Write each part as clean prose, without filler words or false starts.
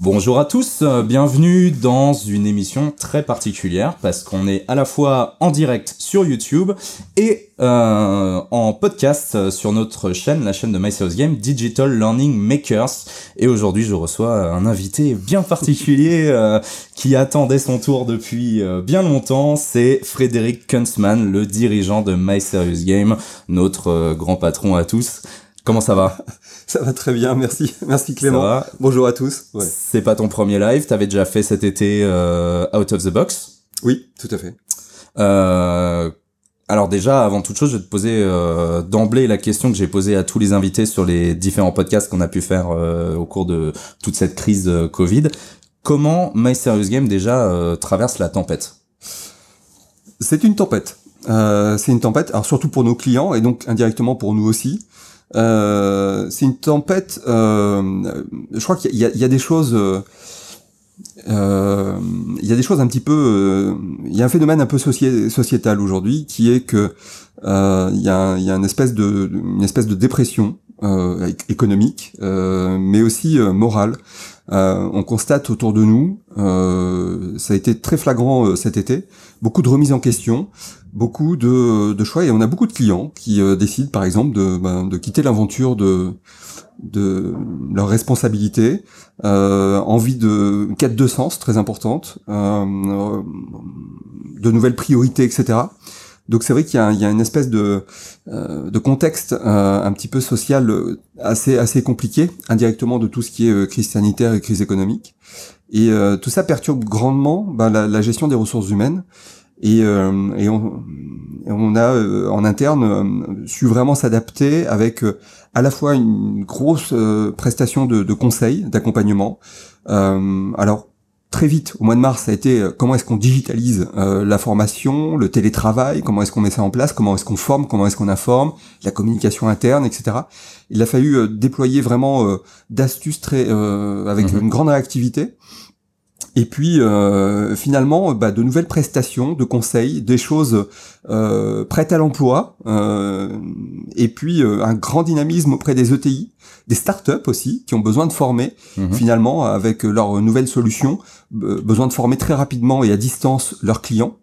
Bonjour à tous, bienvenue dans une émission très particulière parce qu'on est à la fois en direct sur YouTube et en podcast sur notre chaîne, la chaîne de MySerious Digital Learning Makers. Et aujourd'hui, je reçois un invité bien particulier qui attendait son tour depuis bien longtemps. C'est Frédéric Kunzmann, le dirigeant de MySerious, notre grand patron à tous. Comment ça va ? Ça va très bien, merci Clément. Bonjour à tous. Ouais. C'est pas ton premier live, t'avais déjà fait cet été Out of the Box. Oui, tout à fait. Alors déjà, avant toute chose, je vais te poser d'emblée la question que j'ai posée à tous les invités sur les différents podcasts qu'on a pu faire au cours de toute cette crise Covid. Comment MySerious déjà traverse la tempête ? C'est une tempête. Alors surtout pour nos clients et donc indirectement pour nous aussi. C'est une tempête. Je crois qu'il y a des choses. Il y a des choses un petit peu. Il y a un phénomène un peu sociétal aujourd'hui qui est que il y a une espèce de dépression économique, mais aussi morale. On constate autour de nous, ça a été très flagrant cet été, beaucoup de remises en question, beaucoup de choix, et on a beaucoup de clients qui décident par exemple de quitter l'aventure de leur responsabilité, envie de quête de sens très importante, de nouvelles priorités, etc. Donc c'est vrai qu'il y a une espèce de contexte un petit peu social assez compliqué, indirectement de tout ce qui est crise sanitaire et crise économique. Et tout ça perturbe grandement la gestion des ressources humaines. Et on a en interne su vraiment s'adapter avec à la fois une grosse prestation de conseils, d'accompagnement. Alors très vite, au mois de mars, ça a été comment est-ce qu'on digitalise la formation, le télétravail, comment est-ce qu'on met ça en place, comment est-ce qu'on forme, comment est-ce qu'on informe, la communication interne, etc. Il a fallu déployer vraiment d'astuces avec une grande réactivité. Et puis finalement, de nouvelles prestations, de conseils, des choses prêtes à l'emploi, et puis un grand dynamisme auprès des ETI, des startups aussi, qui ont besoin de former finalement avec leurs nouvelles solutions, besoin de former très rapidement et à distance leurs clients.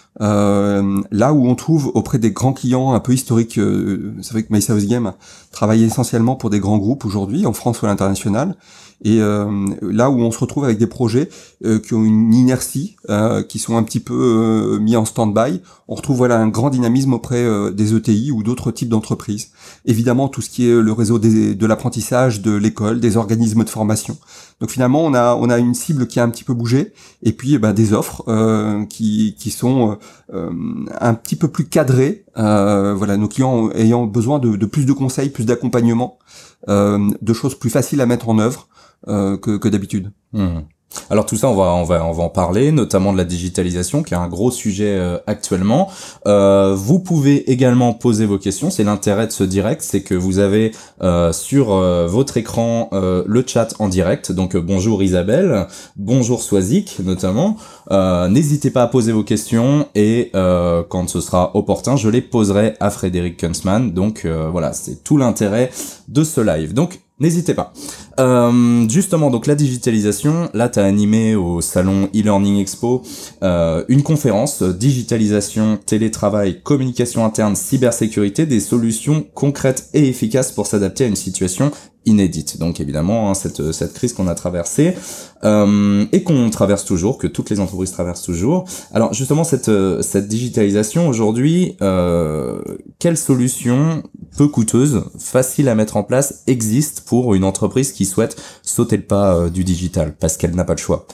Là où on trouve auprès des grands clients un peu historiques, c'est vrai que MySerious travaille essentiellement pour des grands groupes aujourd'hui, en France ou à l'international, et là où on se retrouve avec des projets qui ont une inertie, qui sont un petit peu mis en stand-by, on retrouve un grand dynamisme auprès des ETI ou d'autres types d'entreprises. Évidemment, tout ce qui est le réseau de l'apprentissage, de l'école, des organismes de formation. Donc finalement, on a une cible qui a un petit peu bougé, et puis des offres qui sont un petit peu plus cadrées. Nos clients ayant besoin de plus de conseils, plus d'accompagnement, de choses plus faciles à mettre en œuvre que d'habitude. Alors tout ça, on va en parler, notamment de la digitalisation, qui est un gros sujet actuellement. Vous pouvez également poser vos questions. C'est l'intérêt de ce direct, c'est que vous avez sur votre écran le chat en direct. Donc bonjour Isabelle, bonjour Swazik notamment. N'hésitez pas à poser vos questions et quand ce sera opportun, je les poserai à Frédéric Kunzmann. Donc voilà, c'est tout l'intérêt de ce live. Donc n'hésitez pas. Justement, donc la digitalisation, là t'as animé au salon e-learning expo une conférence digitalisation, télétravail, communication interne, cybersécurité, des solutions concrètes et efficaces pour s'adapter à une situation inédite. Donc évidemment, cette crise qu'on a traversée et qu'on traverse toujours, que toutes les entreprises traversent toujours. Alors justement, cette digitalisation aujourd'hui, quelle solution peu coûteuse, facile à mettre en place, existe pour une entreprise qui souhaite sauter le pas du digital parce qu'elle n'a pas le choix?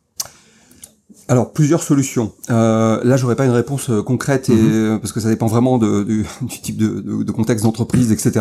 Alors plusieurs solutions. Là, j'aurais pas une réponse concrète parce que ça dépend vraiment du type de contexte d'entreprise, etc.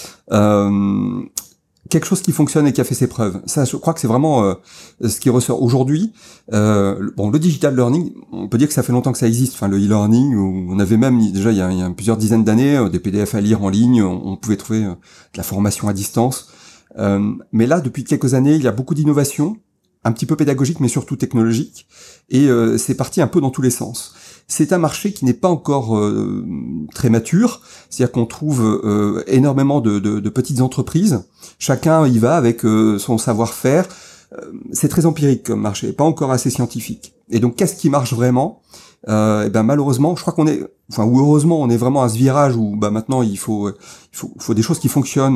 Quelque chose qui fonctionne et qui a fait ses preuves. Ça, je crois que c'est vraiment ce qui ressort aujourd'hui. Le digital learning, on peut dire que ça fait longtemps que ça existe. Enfin, le e-learning, on avait même déjà il y a plusieurs dizaines d'années des PDF à lire en ligne. On pouvait trouver de la formation à distance. Mais là, depuis quelques années, il y a beaucoup d'innovations, un petit peu pédagogiques, mais surtout technologiques. Et c'est parti un peu dans tous les sens. C'est un marché qui n'est pas encore très mature, c'est-à-dire qu'on trouve énormément de petites entreprises. Chacun y va avec son savoir-faire, c'est très empirique comme marché, pas encore assez scientifique. Et donc, qu'est-ce qui marche vraiment? Et ben malheureusement, je crois qu'on est, enfin ou heureusement, on est vraiment à ce virage où maintenant il faut des choses qui fonctionnent.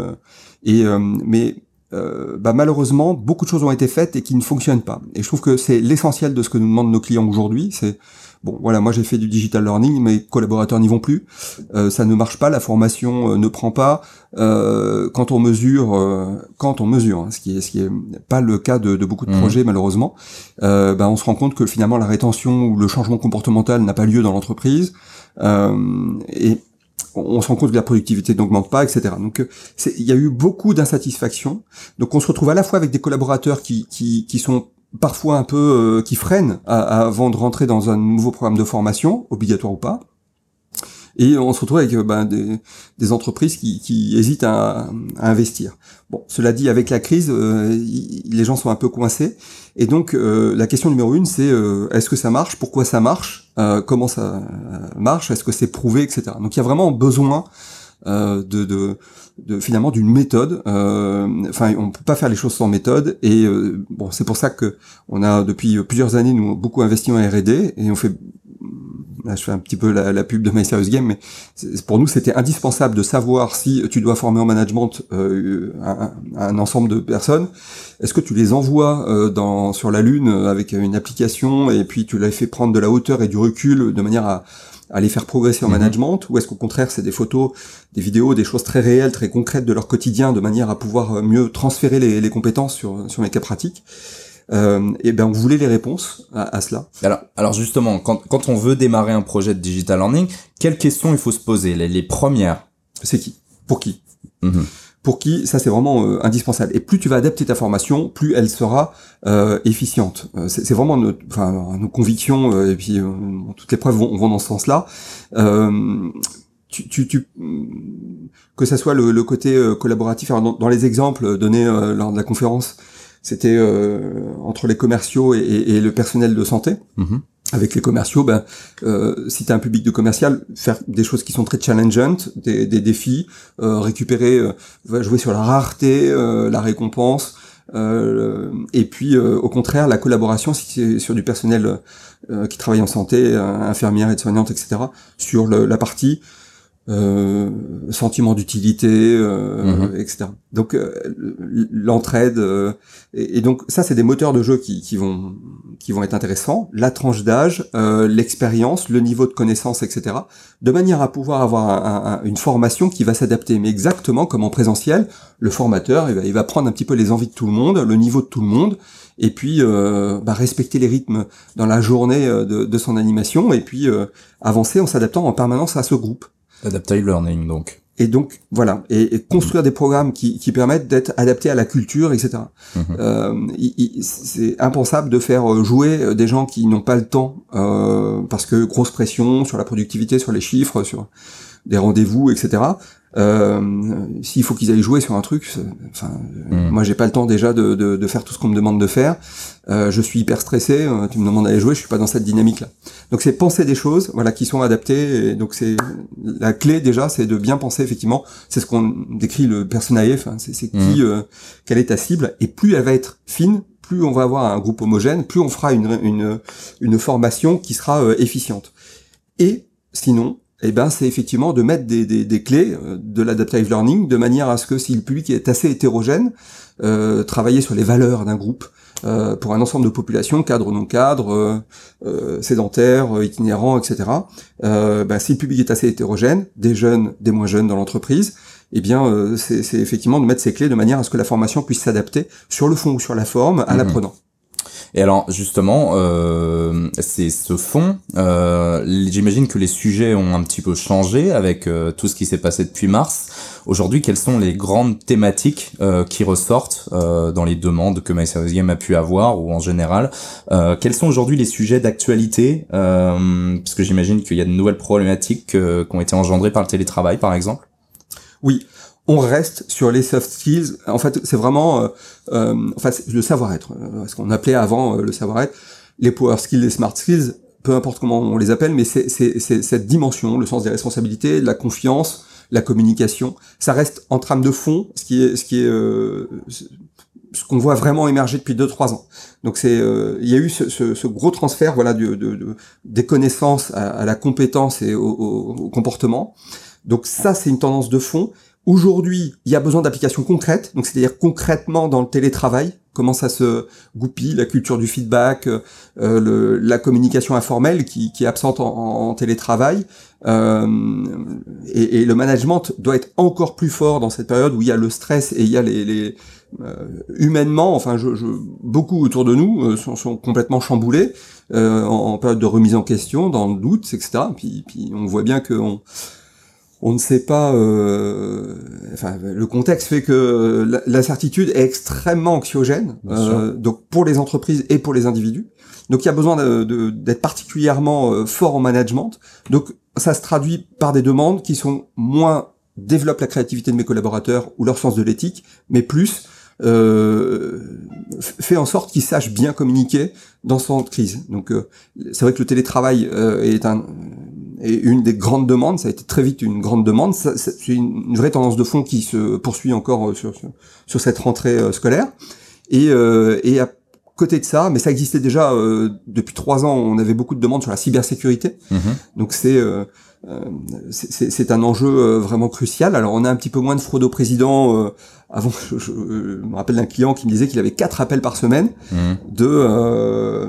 Mais malheureusement, beaucoup de choses ont été faites et qui ne fonctionnent pas. Et je trouve que c'est l'essentiel de ce que nous demandent nos clients aujourd'hui. C'est bon, voilà, moi j'ai fait du digital learning, mes collaborateurs n'y vont plus. Ça ne marche pas, la formation ne prend pas. Quand on mesure, hein, ce qui est pas le cas de beaucoup de projets malheureusement, on se rend compte que finalement la rétention ou le changement comportemental n'a pas lieu dans l'entreprise. Et on se rend compte que la productivité n'augmente pas, etc. Donc, il y a eu beaucoup d'insatisfaction. Donc, on se retrouve à la fois avec des collaborateurs qui sont parfois un peu qui freinent avant de rentrer dans un nouveau programme de formation, obligatoire ou pas. Et on se retrouve avec des entreprises qui hésitent à investir. Bon, cela dit, avec la crise, les gens sont un peu coincés. Et donc, la question numéro 1, c'est est-ce que ça marche? Pourquoi ça marche? Comment ça marche? Est-ce que c'est prouvé, etc. Donc, il y a vraiment besoin de finalement d'une méthode. Enfin, on peut pas faire les choses sans méthode. Et bon, c'est pour ça que on a depuis plusieurs années nous beaucoup investi en R&D et on fait. Là, je fais un petit peu la pub de My Serious Game, mais pour nous, c'était indispensable de savoir si tu dois former en management un ensemble de personnes. Est-ce que tu les envoies sur la Lune avec une application et puis tu les fais prendre de la hauteur et du recul de manière à les faire progresser en management, ou est-ce qu'au contraire, c'est des photos, des vidéos, des choses très réelles, très concrètes de leur quotidien, de manière à pouvoir mieux transférer les compétences sur les cas pratiques. Et on voulait les réponses à cela. Alors justement, quand on veut démarrer un projet de digital learning, quelles questions il faut se poser? Les premières. C'est qui? Pour qui? Pour qui? Ça, c'est vraiment indispensable. Et plus tu vas adapter ta formation, plus elle sera efficiente. C'est vraiment nos convictions, et puis toutes les preuves vont dans ce sens-là. Que ça soit le côté collaboratif. Alors dans les exemples donnés lors de la conférence, c'était entre les commerciaux et le personnel de santé. Avec les commerciaux, si tu as un public de commercial, faire des choses qui sont très challengeantes, des défis, récupérer, jouer sur la rareté, la récompense, et puis au contraire la collaboration si c'est sur du personnel qui travaille en santé, infirmière, aide-soignante, etc. sur la partie sentiment d'utilité, etc. Donc l'entraide et donc ça c'est des moteurs de jeu qui vont être intéressants. La tranche d'âge, l'expérience, le niveau de connaissance, etc. De manière à pouvoir avoir une formation qui va s'adapter, mais exactement comme en présentiel, le formateur il va prendre un petit peu les envies de tout le monde, le niveau de tout le monde. Et puis respecter les rythmes dans la journée de son animation et puis avancer en s'adaptant en permanence à ce groupe. Adaptive learning, donc. Et donc, voilà. Et construire des programmes qui permettent d'être adaptés à la culture, etc. C'est impensable de faire jouer des gens qui n'ont pas le temps, parce que grosse pression sur la productivité, sur les chiffres, sur des rendez-vous, etc. S'il faut qu'ils aillent jouer sur un truc, moi j'ai pas le temps déjà de faire tout ce qu'on me demande de faire. Je suis hyper stressé, tu me demandes d'aller jouer, je suis pas dans cette dynamique là. Donc c'est penser des choses, voilà, qui sont adaptées. Et donc c'est la clé déjà, c'est de bien penser effectivement. C'est ce qu'on décrit le personaïf. C'est qui, quelle est ta cible, et plus elle va être fine, plus on va avoir un groupe homogène, plus on fera une formation qui sera efficiente. Et sinon, c'est effectivement de mettre des clés de l'adaptive learning de manière à ce que si le public est assez hétérogène, travailler sur les valeurs d'un groupe pour un ensemble de populations, cadres, non cadres, sédentaires, itinérants, etc. Si le public est assez hétérogène, des jeunes, des moins jeunes dans l'entreprise, c'est effectivement de mettre ces clés de manière à ce que la formation puisse s'adapter sur le fond ou sur la forme à l'apprenant. Et alors justement, c'est ce fond. J'imagine que les sujets ont un petit peu changé avec tout ce qui s'est passé depuis mars. Aujourd'hui, quelles sont les grandes thématiques qui ressortent dans les demandes que My Serious Game a pu avoir ou en général? Quels sont aujourd'hui les sujets d'actualité? Parce que j'imagine qu'il y a de nouvelles problématiques qui ont été engendrées par le télétravail, par exemple. Oui. On reste sur les soft skills. En fait, c'est vraiment le savoir-être. Ce qu'on appelait avant le savoir-être. Les power skills, les smart skills, peu importe comment on les appelle, mais c'est cette dimension, le sens des responsabilités, la confiance, la communication. Ça reste en trame de fond, ce qui est ce qu'on voit vraiment émerger depuis 2-3 ans. Donc il y a eu ce gros transfert, voilà, des connaissances à la compétence et au comportement. Donc ça, c'est une tendance de fond. Aujourd'hui, il y a besoin d'applications concrètes, donc c'est-à-dire concrètement dans le télétravail, comment ça se goupille, la culture du feedback, la communication informelle qui est absente en télétravail, et le management doit être encore plus fort dans cette période où il y a le stress et il y a les humainement, enfin, beaucoup autour de nous sont complètement chamboulés en période de remise en question, dans le doute, etc. Puis on voit bien que on ne sait pas. Enfin, le contexte fait que l'incertitude est extrêmement anxiogène, donc pour les entreprises et pour les individus. Donc il y a besoin d'être particulièrement fort en management. Donc ça se traduit par des demandes qui sont moins développe la créativité de mes collaborateurs ou leur sens de l'éthique, mais plus fait en sorte qu'ils sachent bien communiquer dans ce temps de crise. Donc c'est vrai que le télétravail est une des grandes demandes, ça a été très vite une grande demande, c'est une vraie tendance de fond qui se poursuit encore sur cette rentrée scolaire. Et à côté de ça, mais ça existait déjà depuis 3 ans, on avait beaucoup de demandes sur la cybersécurité. Donc c'est un enjeu vraiment crucial. Alors on a un petit peu moins de fraude au président. Avant, je me rappelle d'un client qui me disait qu'il avait 4 appels par semaine de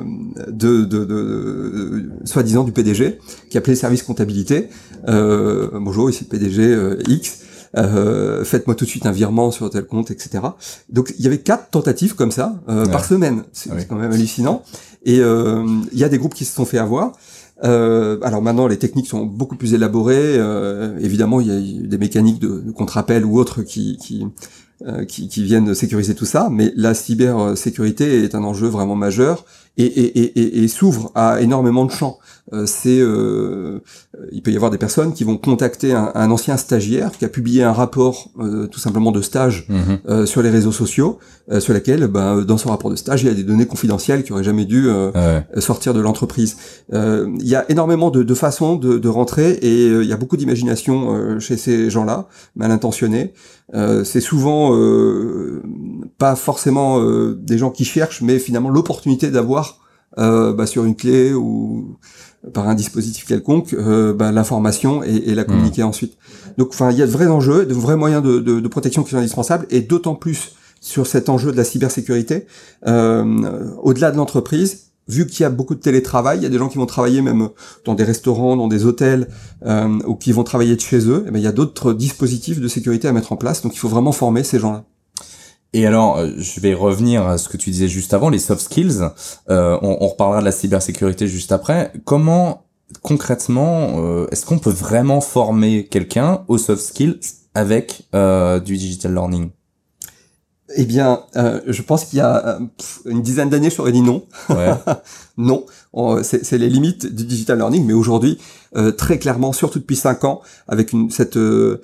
soi-disant du PDG qui appelait service comptabilité. Bonjour, ici le PDG X. Faites-moi tout de suite un virement sur tel compte, etc. Donc il y avait 4 tentatives comme ça par semaine. C'est quand même hallucinant. Et il y a des groupes qui se sont fait avoir. Alors maintenant, les techniques sont beaucoup plus élaborées. Évidemment, il y a des mécaniques de contre-appel ou autres qui viennent sécuriser tout ça. Mais la cybersécurité est un enjeu vraiment majeur et s'ouvre à énormément de champs. Il peut y avoir des personnes qui vont contacter un ancien stagiaire qui a publié un rapport tout simplement de stage sur les réseaux sociaux, sur lesquels dans son rapport de stage il y a des données confidentielles qui auraient jamais dû sortir de l'entreprise. Il y a énormément de façons de rentrer et il y a beaucoup d'imagination chez ces gens-là, mal intentionnés. C'est souvent pas forcément des gens qui cherchent, mais finalement l'opportunité d'avoir sur une clé ou par un dispositif quelconque l'information et la communiquer ensuite. Donc enfin il y a de vrais enjeux, de vrais moyens de protection qui sont indispensables, et d'autant plus sur cet enjeu de la cybersécurité au-delà de l'entreprise. Vu qu'il y a beaucoup de télétravail, il y a des gens qui vont travailler même dans des restaurants, dans des hôtels, ou qui vont travailler de chez eux. Et il y a d'autres dispositifs de sécurité à mettre en place, donc il faut vraiment former ces gens-là. Et alors, je vais revenir à ce que tu disais juste avant, les soft skills. On reparlera de la cybersécurité juste après. Comment, concrètement, est-ce qu'on peut vraiment former quelqu'un aux soft skills avec du digital learning ? Eh bien, je pense qu'il y a une dizaine d'années, je t'aurais dit non. Ouais. Non, c'est les limites du digital learning, mais aujourd'hui, très clairement, surtout depuis 5 ans, avec cette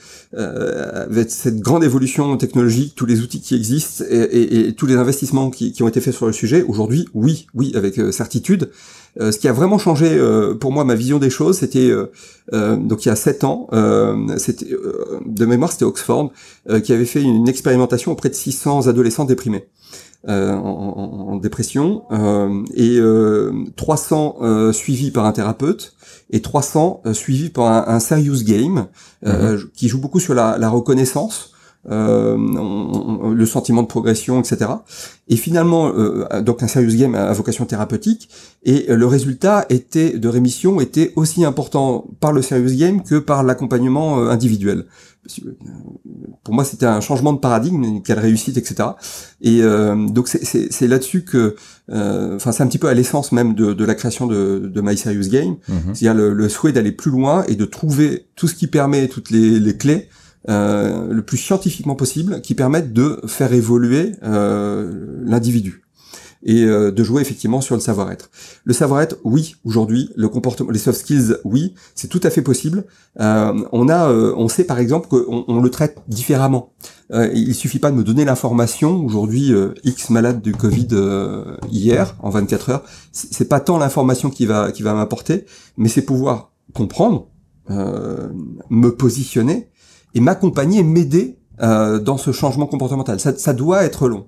grande évolution technologique, tous les outils qui existent et tous les investissements qui ont été faits sur le sujet, aujourd'hui, oui, avec certitude. Ce qui a vraiment changé pour moi ma vision des choses, c'était donc il y a 7 ans, c'était de mémoire, c'était Oxford qui avait fait une expérimentation auprès de 600 adolescents déprimés. En dépression, et 300 suivis par un thérapeute et 300 suivis par un serious game qui joue beaucoup sur la reconnaissance, le sentiment de progression, etc. Et finalement, donc un serious game à vocation thérapeutique, et le résultat de rémission était aussi important par le serious game que par l'accompagnement individuel. Pour moi, c'était un changement de paradigme, quelle réussite, etc. Et donc c'est là-dessus que, c'est un petit peu à l'essence même de la création de My Serious Game, c'est-à-dire le souhait d'aller plus loin et de trouver tout ce qui permet, toutes les clés, le plus scientifiquement possible, qui permettent de faire évoluer l'individu et de jouer effectivement sur le savoir-être. Le savoir-être, oui, aujourd'hui, le comportement, les soft skills, oui, c'est tout à fait possible. On sait par exemple qu'on le traite différemment. Il suffit pas de me donner l'information. Aujourd'hui, X malade du Covid hier en 24 heures. C'est pas tant l'information qui va m'apporter, mais c'est pouvoir comprendre, me positionner et m'accompagner, m'aider dans ce changement comportemental. Ça doit être long.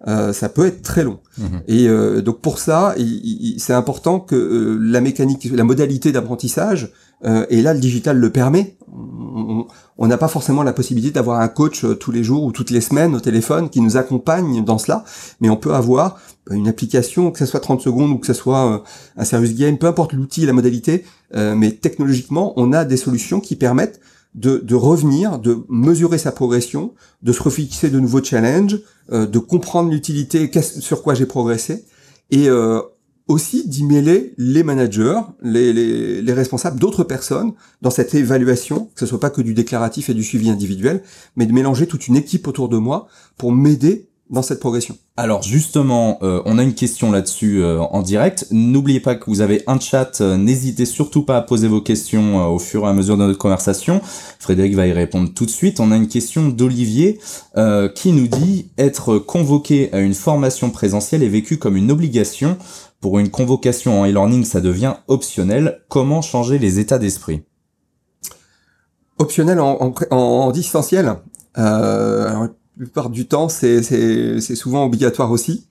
ça peut être très long. Et donc pour ça, c'est important que la mécanique, la modalité d'apprentissage, et là le digital le permet. On n'a pas forcément la possibilité d'avoir un coach tous les jours ou toutes les semaines au téléphone qui nous accompagne dans cela, mais on peut avoir une application, que ce soit 30 secondes ou que ce soit un service game, peu importe l'outil, la modalité, mais technologiquement, on a des solutions qui permettent de revenir, de mesurer sa progression, de se refixer de nouveaux challenges, de comprendre l'utilité, sur quoi j'ai progressé, et aussi d'y mêler les managers, les responsables d'autres personnes dans cette évaluation, que ce soit pas que du déclaratif et du suivi individuel, mais de mélanger toute une équipe autour de moi pour m'aider dans cette progression. Alors justement, on a une question là-dessus en direct. N'oubliez pas que vous avez un chat, n'hésitez surtout pas à poser vos questions au fur et à mesure de notre conversation. Frédéric va y répondre tout de suite. On a une question d'Olivier qui nous dit « Être convoqué à une formation présentielle est vécu comme une obligation. Pour une convocation en e-learning, ça devient optionnel. Comment changer les états d'esprit ?» Optionnel en distanciel. Alors, la plupart du temps, c'est souvent obligatoire aussi.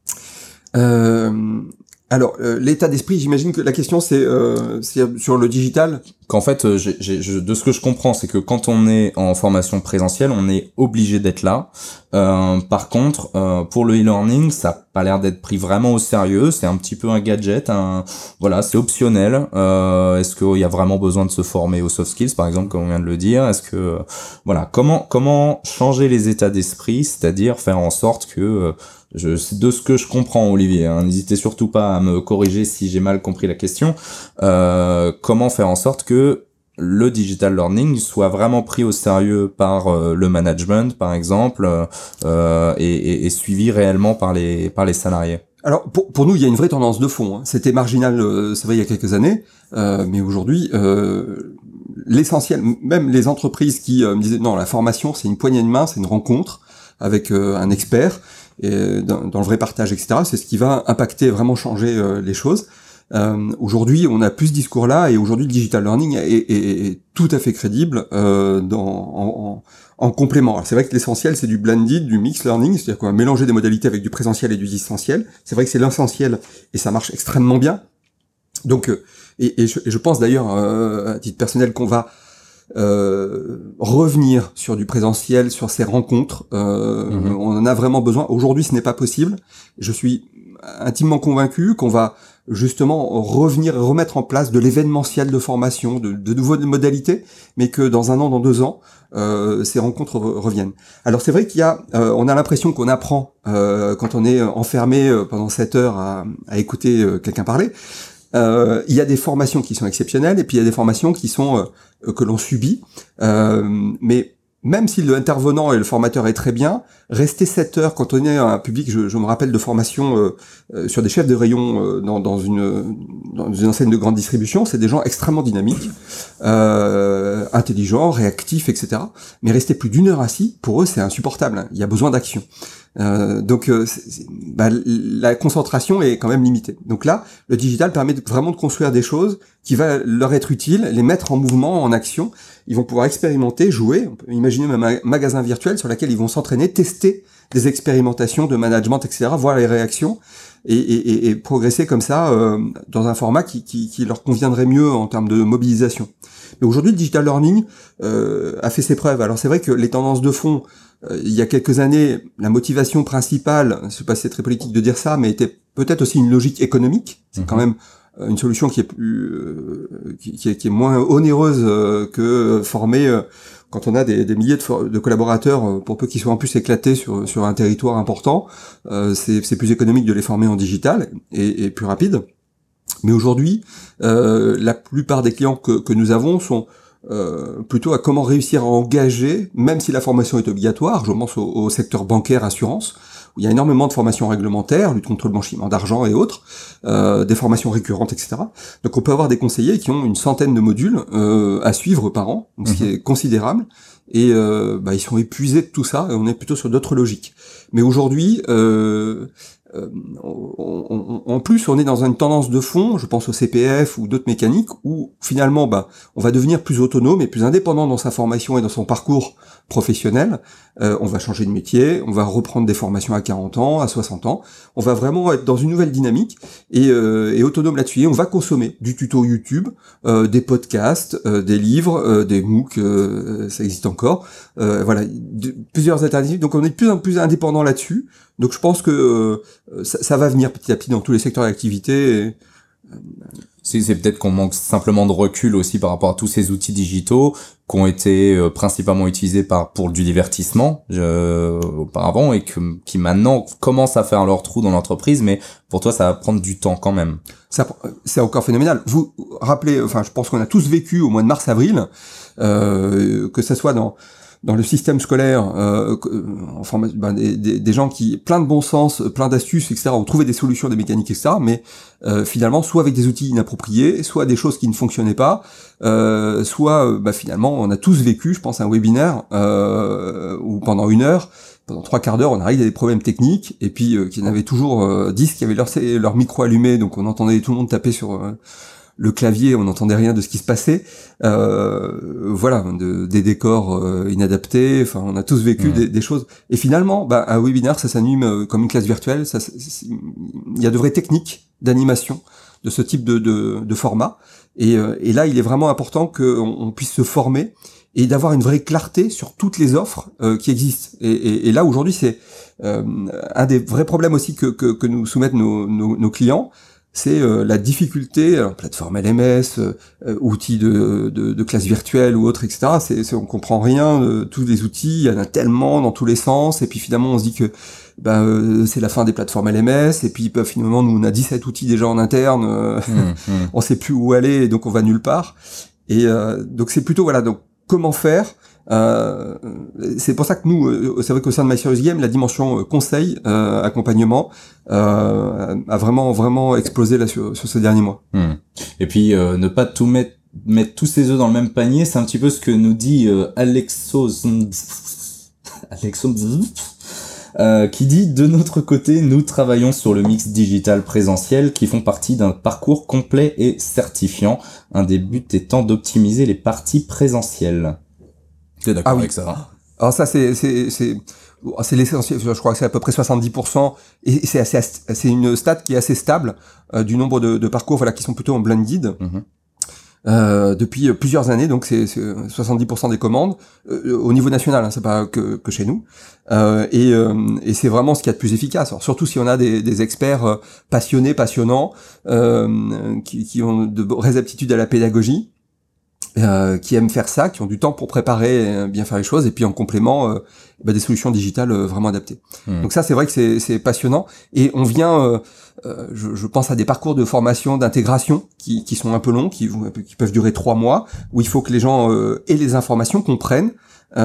Alors, l'état d'esprit, j'imagine que la question c'est sur le digital. Qu'en fait, de ce que je comprends, c'est que quand on est en formation présentielle, on est obligé d'être là. Par contre, pour le e-learning, ça a pas l'air d'être pris vraiment au sérieux. C'est un petit peu un gadget. Voilà, c'est optionnel. Est-ce qu'il y a vraiment besoin de se former aux soft skills, par exemple, comme on vient de le dire? Est-ce que voilà, comment changer les états d'esprit, c'est-à-dire faire en sorte que de ce que je comprends, Olivier, n'hésitez surtout pas à me corriger si j'ai mal compris la question, comment faire en sorte que le digital learning soit vraiment pris au sérieux par le management, par exemple, et suivi réellement par les salariés? Alors pour nous, il y a une vraie tendance de fond. C'était marginal, c'est vrai, il y a quelques années, mais aujourd'hui, l'essentiel, même les entreprises qui me disaient non, la formation c'est une poignée de main, c'est une rencontre avec un expert, et dans le vrai partage, etc. C'est ce qui va impacter, vraiment changer les choses. Aujourd'hui, on a plus ce discours-là, et aujourd'hui, le digital learning est tout à fait crédible en complément. Alors, c'est vrai que l'essentiel, c'est du blended, du mixed learning, c'est-à-dire qu'on va mélanger des modalités avec du présentiel et du distanciel. C'est vrai que c'est l'essentiel, et ça marche extrêmement bien. Donc, je pense d'ailleurs, à titre personnel, qu'on va revenir sur du présentiel, sur ces rencontres. On en a vraiment besoin. Aujourd'hui, ce n'est pas possible. Je suis intimement convaincu qu'on va justement revenir et remettre en place de l'événementiel de formation, de nouvelles modalités, mais que dans 1 an, dans 2 ans, ces rencontres reviennent. Alors c'est vrai qu'il y a, on a l'impression qu'on apprend quand on est enfermé pendant 7 heures à écouter quelqu'un parler. Il y a des formations qui sont exceptionnelles, et puis il y a des formations qui sont que l'on subit, mais même si l'intervenant et le formateur est très bien, rester 7 heures quand on est un public, je me rappelle de formations sur des chefs de rayon dans une enseigne de grande distribution, c'est des gens extrêmement dynamiques, intelligents, réactifs, etc. Mais rester plus d'1 heure assis, pour eux c'est insupportable, il y a besoin d'action. Donc la concentration est quand même limitée. Donc là, le digital permet vraiment de construire des choses qui va leur être utiles, les mettre en mouvement, en action. Ils vont pouvoir expérimenter, jouer. On peut imaginer même un magasin virtuel sur lequel ils vont s'entraîner, tester des expérimentations de management, etc., voir les réactions et progresser comme ça dans un format qui leur conviendrait mieux en termes de mobilisation. Mais aujourd'hui, le digital learning a fait ses preuves. Alors c'est vrai que les tendances de fond, il y a quelques années, la motivation principale, je sais pas si c'est très politique de dire ça, mais était peut-être aussi une logique économique. C'est quand même une solution qui est plus, qui est moins onéreuse que former quand on a des milliers de collaborateurs, pour peu qu'ils soient en plus éclatés sur un territoire important. C'est plus économique de les former en digital et plus rapide. Mais aujourd'hui, la plupart des clients que nous avons sont plutôt à comment réussir à engager, même si la formation est obligatoire. Je pense au secteur bancaire, assurance, où il y a énormément de formations réglementaires, lutte contre le blanchiment d'argent et autres, des formations récurrentes, etc. Donc on peut avoir des conseillers qui ont une centaine de modules à suivre par an, donc ce qui est considérable, et ils sont épuisés de tout ça, et on est plutôt sur d'autres logiques. Mais aujourd'hui, en plus, on est dans une tendance de fond, je pense au CPF ou d'autres mécaniques, où finalement, on va devenir plus autonome et plus indépendant dans sa formation et dans son parcours professionnel, on va changer de métier, on va reprendre des formations à 40 ans, à 60 ans, on va vraiment être dans une nouvelle dynamique et autonome là-dessus. Et on va consommer du tuto YouTube, des podcasts, des livres, des MOOC, ça existe encore, voilà, plusieurs alternatives. Donc on est de plus en plus indépendant là-dessus. Donc je pense que ça va venir petit à petit dans tous les secteurs d'activité. C'est peut-être qu'on manque simplement de recul aussi par rapport à tous ces outils digitaux qui ont été principalement utilisés pour du divertissement auparavant et qui maintenant commencent à faire leur trou dans l'entreprise, mais pour toi ça va prendre du temps quand même. C'est encore phénoménal. Vous rappelez, enfin je pense qu'on a tous vécu au mois de mars-avril, que ça soit dans le système scolaire, des gens qui, plein de bon sens, plein d'astuces, etc., ont trouvé des solutions, des mécaniques, etc., mais finalement, soit avec des outils inappropriés, soit des choses qui ne fonctionnaient pas, soit finalement, on a tous vécu, je pense, un webinaire où pendant 1 heure, pendant 3/4 d'heure, on arrive à des problèmes techniques, et puis qu'il y en avait toujours 10 qui avaient leur micro allumé, donc on entendait tout le monde taper sur le clavier, on n'entendait rien de ce qui se passait, voilà, des décors inadaptés, enfin on a tous vécu des choses, et finalement un webinaire ça s'anime comme une classe virtuelle, il y a de vraies techniques d'animation de ce type de format, et là il est vraiment important qu'on puisse se former et d'avoir une vraie clarté sur toutes les offres qui existent, et là aujourd'hui c'est un des vrais problèmes aussi que nous soumettent nos clients. C'est la difficulté, plateforme LMS, outils de classe virtuelle ou autre, etc. On comprend rien de tous les outils, il y en a tellement dans tous les sens, et puis finalement on se dit que c'est la fin des plateformes LMS, et puis finalement nous on a 17 outils déjà en interne, on sait plus où aller, et donc on va nulle part. Et donc c'est plutôt voilà, donc comment faire. C'est pour ça que nous, c'est vrai qu'au sein de My Serious Game, la dimension conseil, accompagnement, a vraiment explosé là sur ce dernier mois. Et puis ne pas tout mettre tous ses œufs dans le même panier, c'est un petit peu ce que nous dit Alexo qui dit: de notre côté, nous travaillons sur le mix digital présentiel qui font partie d'un parcours complet et certifiant. Un des buts étant d'optimiser les parties présentielles. T'es d'accord avec ça? Alors ça c'est l'essentiel, je crois que c'est à peu près 70%, et c'est une stat qui est assez stable du nombre de parcours voilà qui sont plutôt en blended. Depuis plusieurs années, donc c'est 70% des commandes au niveau national, hein, c'est pas que chez nous, et c'est vraiment ce qu'il y a de plus efficace. Alors, surtout si on a des experts passionnants, qui ont de vraies aptitudes à la pédagogie, qui aiment faire ça, qui ont du temps pour préparer, bien faire les choses, et puis en complément des solutions digitales vraiment adaptées. Donc ça, c'est vrai que c'est passionnant, et on vient, je pense à des parcours de formation, d'intégration qui sont un peu longs, qui peuvent durer 3 mois, où il faut que les gens aient les informations, comprennent,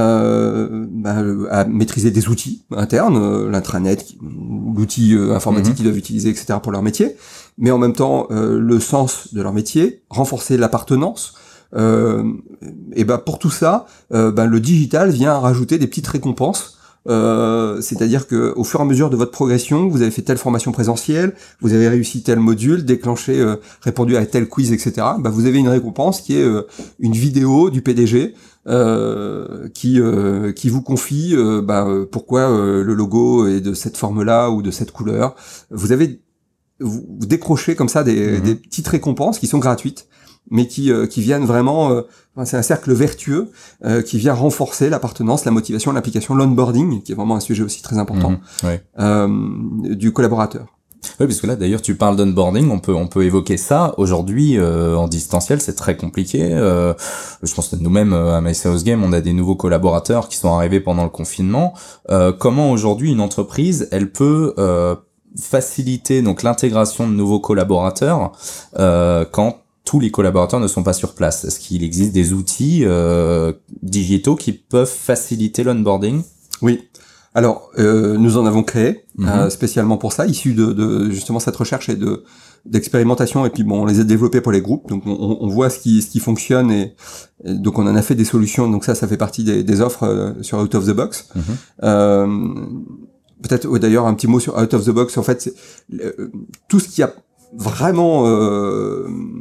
à maîtriser des outils internes, l'intranet, l'outil informatique qu'ils doivent utiliser, etc. pour leur métier, mais en même temps le sens de leur métier, renforcer l'appartenance. Et pour tout ça, le digital vient rajouter des petites récompenses. C'est-à-dire que au fur et à mesure de votre progression, vous avez fait telle formation présentielle, vous avez réussi tel module, déclenché, répondu à tel quiz, etc. Vous avez une récompense qui est une vidéo du PDG qui vous confie pourquoi le logo est de cette forme-là ou de cette couleur. Vous décrochez comme ça des petites récompenses qui sont gratuites, mais qui viennent vraiment, c'est un cercle vertueux qui vient renforcer l'appartenance, la motivation, l'application, l'onboarding, qui est vraiment un sujet aussi très important du collaborateur. Oui, parce que là, d'ailleurs, tu parles d'onboarding, on peut évoquer ça. Aujourd'hui, en distanciel, c'est très compliqué. Je pense que nous-mêmes, à My Serious Game, on a des nouveaux collaborateurs qui sont arrivés pendant le confinement. Comment aujourd'hui une entreprise, elle peut faciliter donc l'intégration de nouveaux collaborateurs quand tous les collaborateurs ne sont pas sur place? Est-ce qu'il existe des outils digitaux qui peuvent faciliter l'onboarding? Oui. Alors, nous en avons créé spécialement pour ça, issu de justement cette recherche et d'expérimentation, et puis on les a développés pour les groupes, donc on voit ce qui fonctionne, et donc on en a fait des solutions, donc ça fait partie des offres sur Out of the Box. Peut-être d'ailleurs un petit mot sur Out of the Box. En fait, c'est tout ce qui a vraiment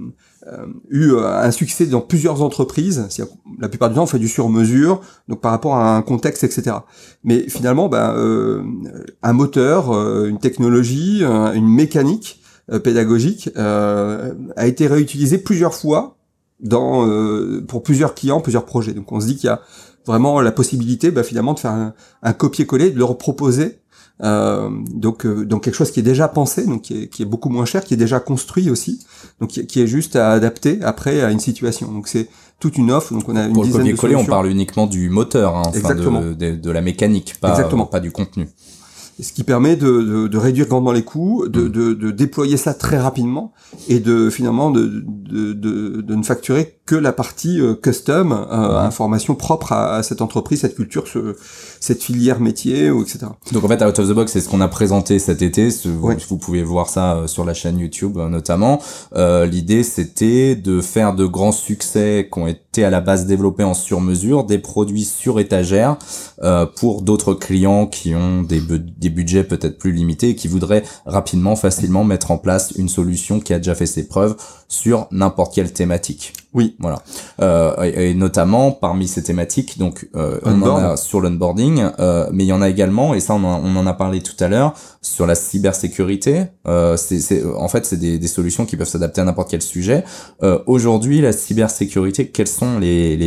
eu un succès dans plusieurs entreprises. La plupart du temps, on fait du sur-mesure, donc par rapport à un contexte, etc. Mais finalement, un moteur, une technologie, une mécanique pédagogique a été réutilisé plusieurs fois pour plusieurs clients, plusieurs projets. Donc on se dit qu'il y a vraiment la possibilité finalement de faire un copier-coller, de leur proposer donc quelque chose qui est déjà pensé, donc qui est beaucoup moins cher, qui est déjà construit aussi, donc qui est juste à adapter après à une situation. Donc c'est toute une offre, donc on a une dizaine de solutions. Pour le copier-coller, on parle uniquement du moteur, Exactement. De la mécanique, pas du contenu. Ce qui permet de réduire grandement les coûts, de déployer ça très rapidement et finalement de ne facturer que la partie custom, information propre à cette entreprise, cette culture, cette filière métier, etc. Donc en fait, Out of the Box, c'est ce qu'on a présenté cet été. Vous pouvez voir ça sur la chaîne YouTube notamment. L'idée, c'était de faire de grands succès qui ont été à la base développés en sur-mesure, des produits sur étagère pour d'autres clients qui ont des budgets peut-être plus limités et qui voudraient rapidement, facilement mettre en place une solution qui a déjà fait ses preuves sur n'importe quelle thématique. Oui. Voilà. Et notamment, parmi ces thématiques, donc, on en a sur l'onboarding, mais il y en a également, et ça, on en a parlé tout à l'heure, sur la cybersécurité. En fait, c'est des solutions qui peuvent s'adapter à n'importe quel sujet. Aujourd'hui, la cybersécurité, quels sont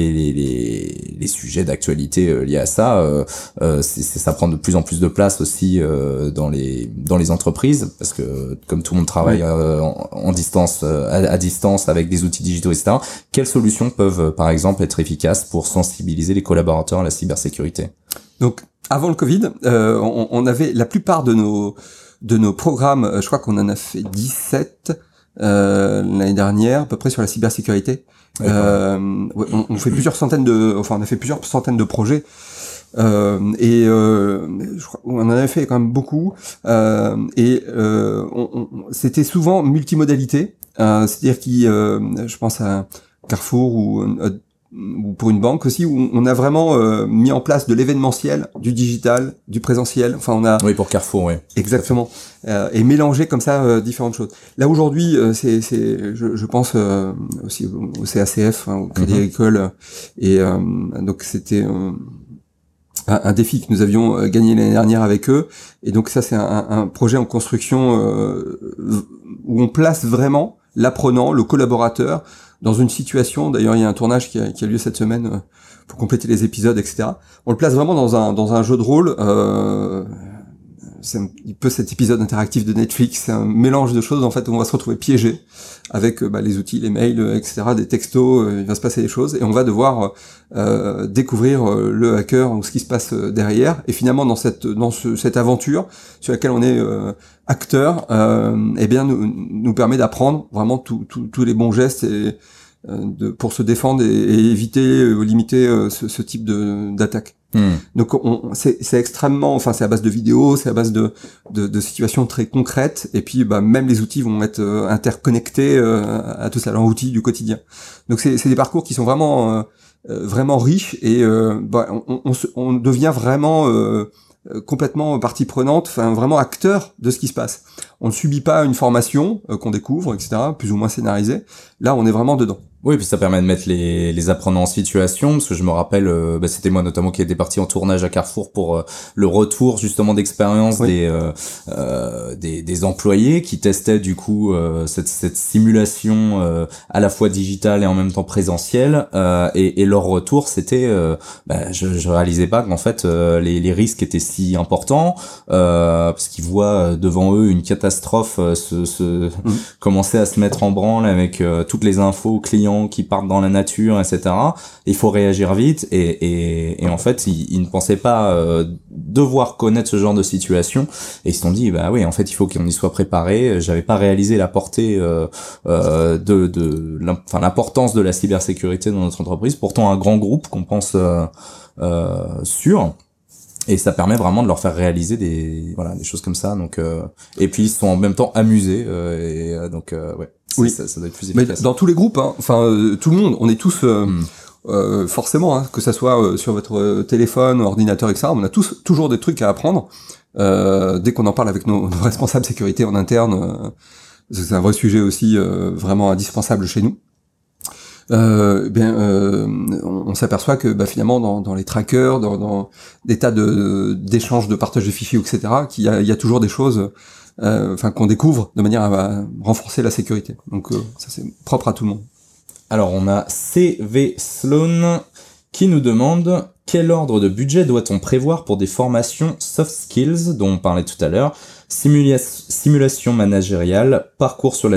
les sujets d'actualité liés à ça? Ça prend de plus en plus de place aussi dans les entreprises, parce que comme tout le monde travaille en distance, à distance avec des outils digitaux, etc. Quelles solutions peuvent, par exemple, être efficaces pour sensibiliser les collaborateurs à la cybersécurité? Donc, avant le Covid, on avait la plupart de nos programmes, je crois qu'on en a fait 17 l'année dernière, à peu près sur la cybersécurité. On fait plusieurs centaines on a fait plusieurs centaines de projets. Je crois on en avait fait quand même beaucoup. C'était souvent multimodalité. C'est-à-dire je pense à Carrefour ou pour une banque aussi, où on a vraiment mis en place de l'événementiel, du digital, du présentiel. Enfin, on a pour Carrefour, oui. Exactement. Et mélanger comme ça différentes choses. Là aujourd'hui, je pense aussi au CACF, au Crédit Agricole, et donc c'était un défi que nous avions gagné l'année dernière avec eux. Et donc ça, c'est un projet en construction où on place vraiment l'apprenant, le collaborateur, dans une situation. D'ailleurs, il y a un tournage qui a lieu cette semaine pour compléter les épisodes, etc. On le place vraiment dans un jeu de rôle. C'est un peu cet épisode interactif de Netflix, c'est un mélange de choses en fait où on va se retrouver piégé avec les outils, les mails, etc., des textos, il va se passer des choses et on va devoir découvrir le hacker ou ce qui se passe derrière. Et finalement dans cette aventure sur laquelle on est acteur, nous permet d'apprendre vraiment tous les bons gestes pour se défendre et éviter ou limiter ce type d'attaque. Donc c'est extrêmement, c'est à base de vidéos, c'est à base de situations très concrètes, et puis même les outils vont être interconnectés à tout ça, leurs outils du quotidien. Donc c'est des parcours qui sont vraiment vraiment riches, et on devient vraiment complètement partie prenante, vraiment acteur de ce qui se passe. On ne subit pas une formation qu'on découvre, etc., plus ou moins scénarisée. Là, on est vraiment dedans. Oui, puis ça permet de mettre les apprenants en situation, parce que je me rappelle, c'était moi notamment qui était parti en tournage à Carrefour pour le retour justement d'expérience des employés qui testaient du coup cette simulation à la fois digitale et en même temps présentielle, et leur retour c'était je réalisais pas qu'en fait les risques étaient si importants, parce qu'ils voient devant eux une catastrophe commencer à se mettre en branle avec toutes les infos clients qui partent dans la nature, etc. Il faut réagir vite, et en fait ils ne pensaient pas devoir connaître ce genre de situation, et ils se sont dit oui, en fait il faut qu'on y soit préparé. J'avais pas réalisé la portée l'importance de la cybersécurité dans notre entreprise, pourtant un grand groupe qu'on pense sûr. Et ça permet vraiment de leur faire réaliser des choses comme ça. Donc et puis ils sont en même temps amusés, oui, ça doit être plus efficace. Mais dans tous les groupes, tout le monde, on est tous forcément, que ça soit sur votre téléphone, ordinateur, etc. On a tous toujours des trucs à apprendre. Dès qu'on en parle avec nos responsables sécurité en interne, c'est un vrai sujet aussi vraiment indispensable chez nous. On s'aperçoit que finalement dans les trackers, dans des tas d'échanges de partage de fichiers, etc., qu'il y a toujours des choses qu'on découvre de manière à renforcer la sécurité. Donc ça c'est propre à tout le monde. Alors on a CV Sloan qui nous demande quel ordre de budget doit-on prévoir pour des formations soft skills dont on parlait tout à l'heure, simulation managériale, parcours sur la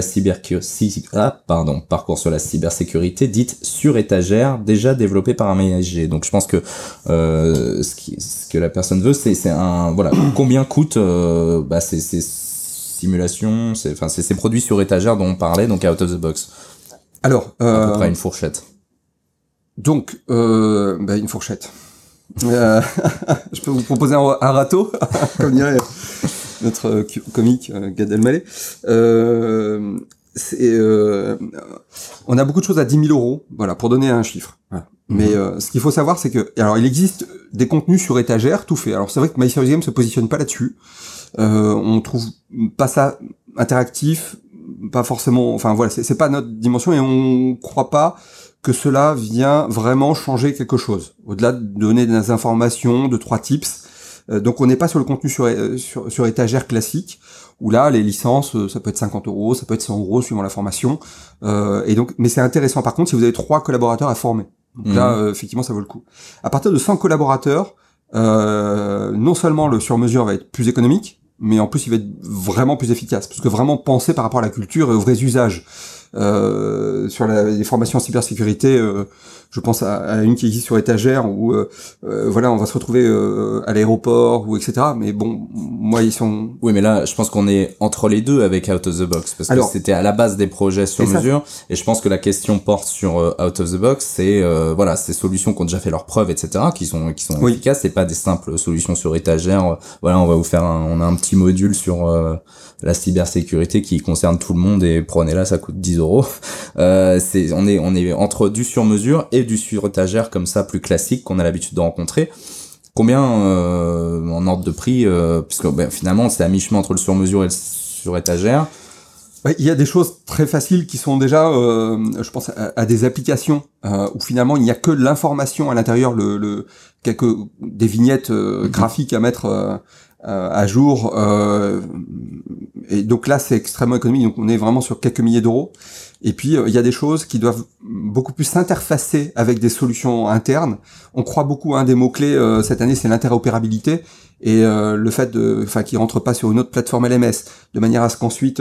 cybersécurité dite sur étagère, déjà développé par un MSG. Donc je pense que ce que la personne veut, c'est combien coûtent ces simulations, ces produits sur étagère dont on parlait, donc out of the box. Alors, à peu près une fourchette. Donc, une fourchette. Je peux vous proposer un râteau, comme dirait notre comique Gad Elmaleh. On a beaucoup de choses à 10 000 €, voilà, pour donner un chiffre. Voilà. Mais ce qu'il faut savoir, c'est que, alors, il existe des contenus sur étagère, tout fait. Alors, c'est vrai que My Serious Game se positionne pas là-dessus. On trouve pas ça interactif, pas forcément. Enfin voilà, c'est pas notre dimension et on croit pas que cela vient vraiment changer quelque chose. Au-delà de donner des informations, de 3 tips. Donc on n'est pas sur le contenu sur étagère classique, où là les licences, ça peut être 50 €, ça peut être 100 € suivant la formation. Et donc, mais c'est intéressant par contre si vous avez 3 collaborateurs à former. Donc là, effectivement, ça vaut le coup. À partir de 100 collaborateurs, non seulement le sur-mesure va être plus économique, mais en plus il va être vraiment plus efficace, parce que vraiment pensé par rapport à la culture et aux vrais usages. Sur les formations en cybersécurité, je pense à une qui existe sur étagère où on va se retrouver à l'aéroport ou etc. Mais bon, moi ils sont. Oui, mais là, je pense qu'on est entre les deux avec Out of the Box, parce que c'était à la base des projets sur mesure, et je pense que la question porte sur Out of the Box, c'est ces solutions qui ont déjà fait leurs preuves, etc., qui sont efficaces. C'est pas des simples solutions sur étagère. Voilà, on va vous faire on a un petit module sur la cybersécurité qui concerne tout le monde et prenez-la, ça coûte 10 €. On est entre du sur-mesure et du sur-étagère comme ça plus classique qu'on a l'habitude de rencontrer. Combien en ordre de prix puisque finalement c'est à mi-chemin entre le sur-mesure et le sur-étagère. Ouais, il y a des choses très faciles qui sont déjà, je pense à des applications où finalement il n'y a que l'information à l'intérieur, des vignettes graphiques à mettre à jour, et donc là c'est extrêmement économique, donc on est vraiment sur quelques milliers d'euros. Et puis il y a des choses qui doivent beaucoup plus s'interfacer avec des solutions internes. On croit beaucoup à un des mots clés cette année, c'est l'interopérabilité et le fait qu'il rentre pas sur une autre plateforme LMS, de manière à ce qu'ensuite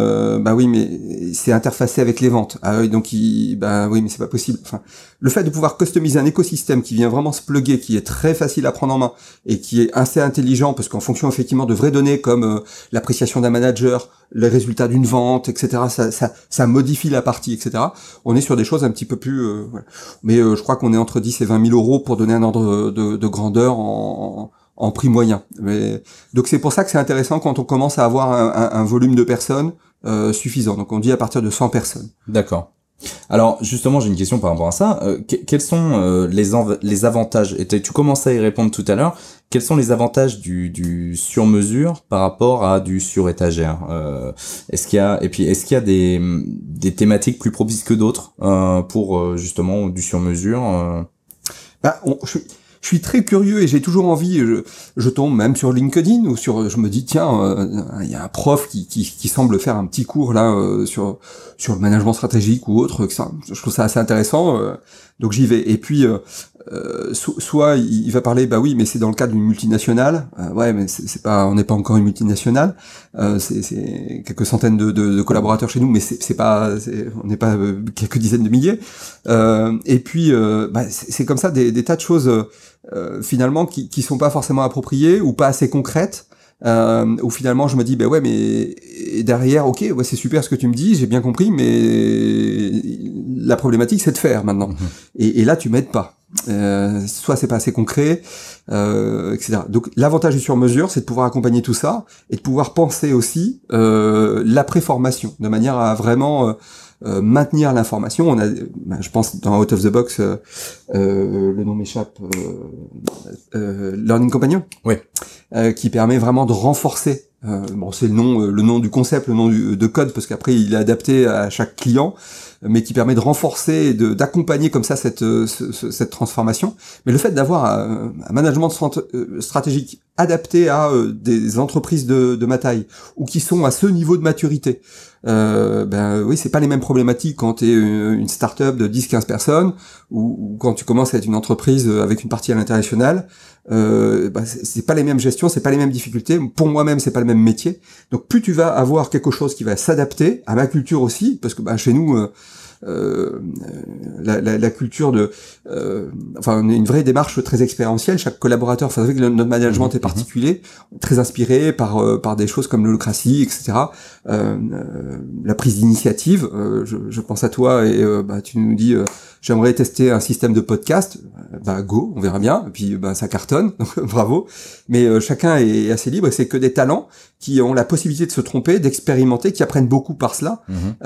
mais c'est interfacé avec les ventes. Ah oui, donc oui, mais c'est pas possible. Enfin, le fait de pouvoir customiser un écosystème qui vient vraiment se plugger, qui est très facile à prendre en main et qui est assez intelligent, parce qu'en fonction effectivement de vraies données comme l'appréciation d'un manager, les résultats d'une vente, etc., ça modifie la partie, etc. On est sur des choses un petit peu plus. Mais je crois qu'on est entre 10 et 20 000 € pour donner un ordre de grandeur en prix moyen. Donc c'est pour ça que c'est intéressant quand on commence à avoir un volume de personnes suffisant. Donc on dit à partir de 100 personnes. D'accord. Alors justement, j'ai une question par rapport à ça. Quels sont les avantages? Et tu commençais à y répondre tout à l'heure. Quels sont les avantages du sur-mesure par rapport à du sur-étagère? Est-ce qu'il y a des thématiques plus propices que d'autres pour justement du sur-mesure? Je suis très curieux et j'ai toujours envie, je tombe même sur LinkedIn ou je me dis tiens, il y a un prof qui semble faire un petit cours là sur le management stratégique ou autre, je trouve ça assez intéressant, donc j'y vais. Et puis soit il va parler mais c'est dans le cadre d'une multinationale, mais c'est pas, on n'est pas encore une multinationale, c'est quelques centaines de collaborateurs chez nous, mais on n'est pas quelques dizaines de milliers, et puis c'est comme ça des tas de choses finalement qui sont pas forcément appropriées ou pas assez concrètes, où finalement je me dis mais derrière c'est super ce que tu me dis, j'ai bien compris, mais la problématique c'est de faire maintenant. Et là tu m'aides pas, soit c'est pas assez concret, etc. Donc l'avantage du sur-mesure, c'est de pouvoir accompagner tout ça et de pouvoir penser aussi l'après-formation de manière à vraiment maintenir l'information. On a, je pense dans Out of the Box, le nom m'échappe, Learning Companion, oui, qui permet vraiment de renforcer Bon, c'est le nom du concept, le nom de code, parce qu'après il est adapté à chaque client, mais qui permet de renforcer et d'accompagner comme ça cette transformation. Mais le fait d'avoir un management stratégique adapté à des entreprises de ma taille, ou qui sont à ce niveau de maturité, oui, c'est pas les mêmes problématiques quand tu es une start-up de 10-15 personnes, ou quand tu commences à être une entreprise avec une partie à l'international. C'est pas les mêmes gestions, c'est pas les mêmes difficultés. Pour moi-même, c'est pas le même métier. Donc plus tu vas avoir quelque chose qui va s'adapter à ma culture aussi, parce que chez nous, la culture de, on a une vraie démarche très expérientielle. Chaque collaborateur, ça fait que notre management est particulier, très inspiré par des choses comme l'holocratie, etc. La prise d'initiative. Je pense à toi et tu nous dis j'aimerais tester un système de podcast. Go, on verra bien. Et puis ça cartonne, donc bravo. Mais chacun est assez libre et c'est que des talents qui ont la possibilité de se tromper, d'expérimenter, qui apprennent beaucoup par cela.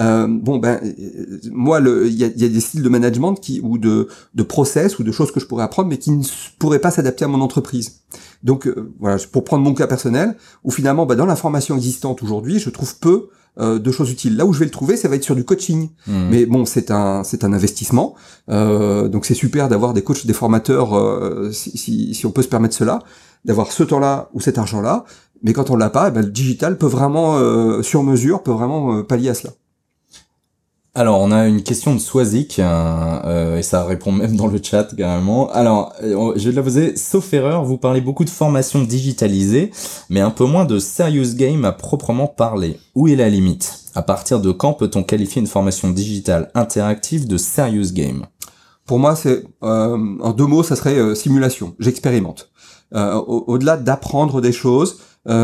Moi, il y a des styles de management ou de process ou de choses que je pourrais apprendre, mais qui ne pourraient pas s'adapter à mon entreprise. Donc voilà, pour prendre mon cas personnel, où finalement, dans l'information existante aujourd'hui, je trouve peu de choses utiles. Là où je vais le trouver, ça va être sur du coaching. Mais bon, c'est un investissement. Donc c'est super d'avoir des coachs, des formateurs, si on peut se permettre cela, d'avoir ce temps-là ou cet argent-là. Mais quand on l'a pas, le digital peut vraiment, sur mesure, peut vraiment pallier à cela. Alors, on a une question de Swazik, et ça répond même dans le chat carrément. Alors, je vais la poser. Sauf erreur, vous parlez beaucoup de formation digitalisée, mais un peu moins de serious game à proprement parler. Où est la limite? À partir de quand peut-on qualifier une formation digitale interactive de serious game? Pour moi, c'est en 2 mots, ça serait simulation. J'expérimente. Au-delà d'apprendre des choses,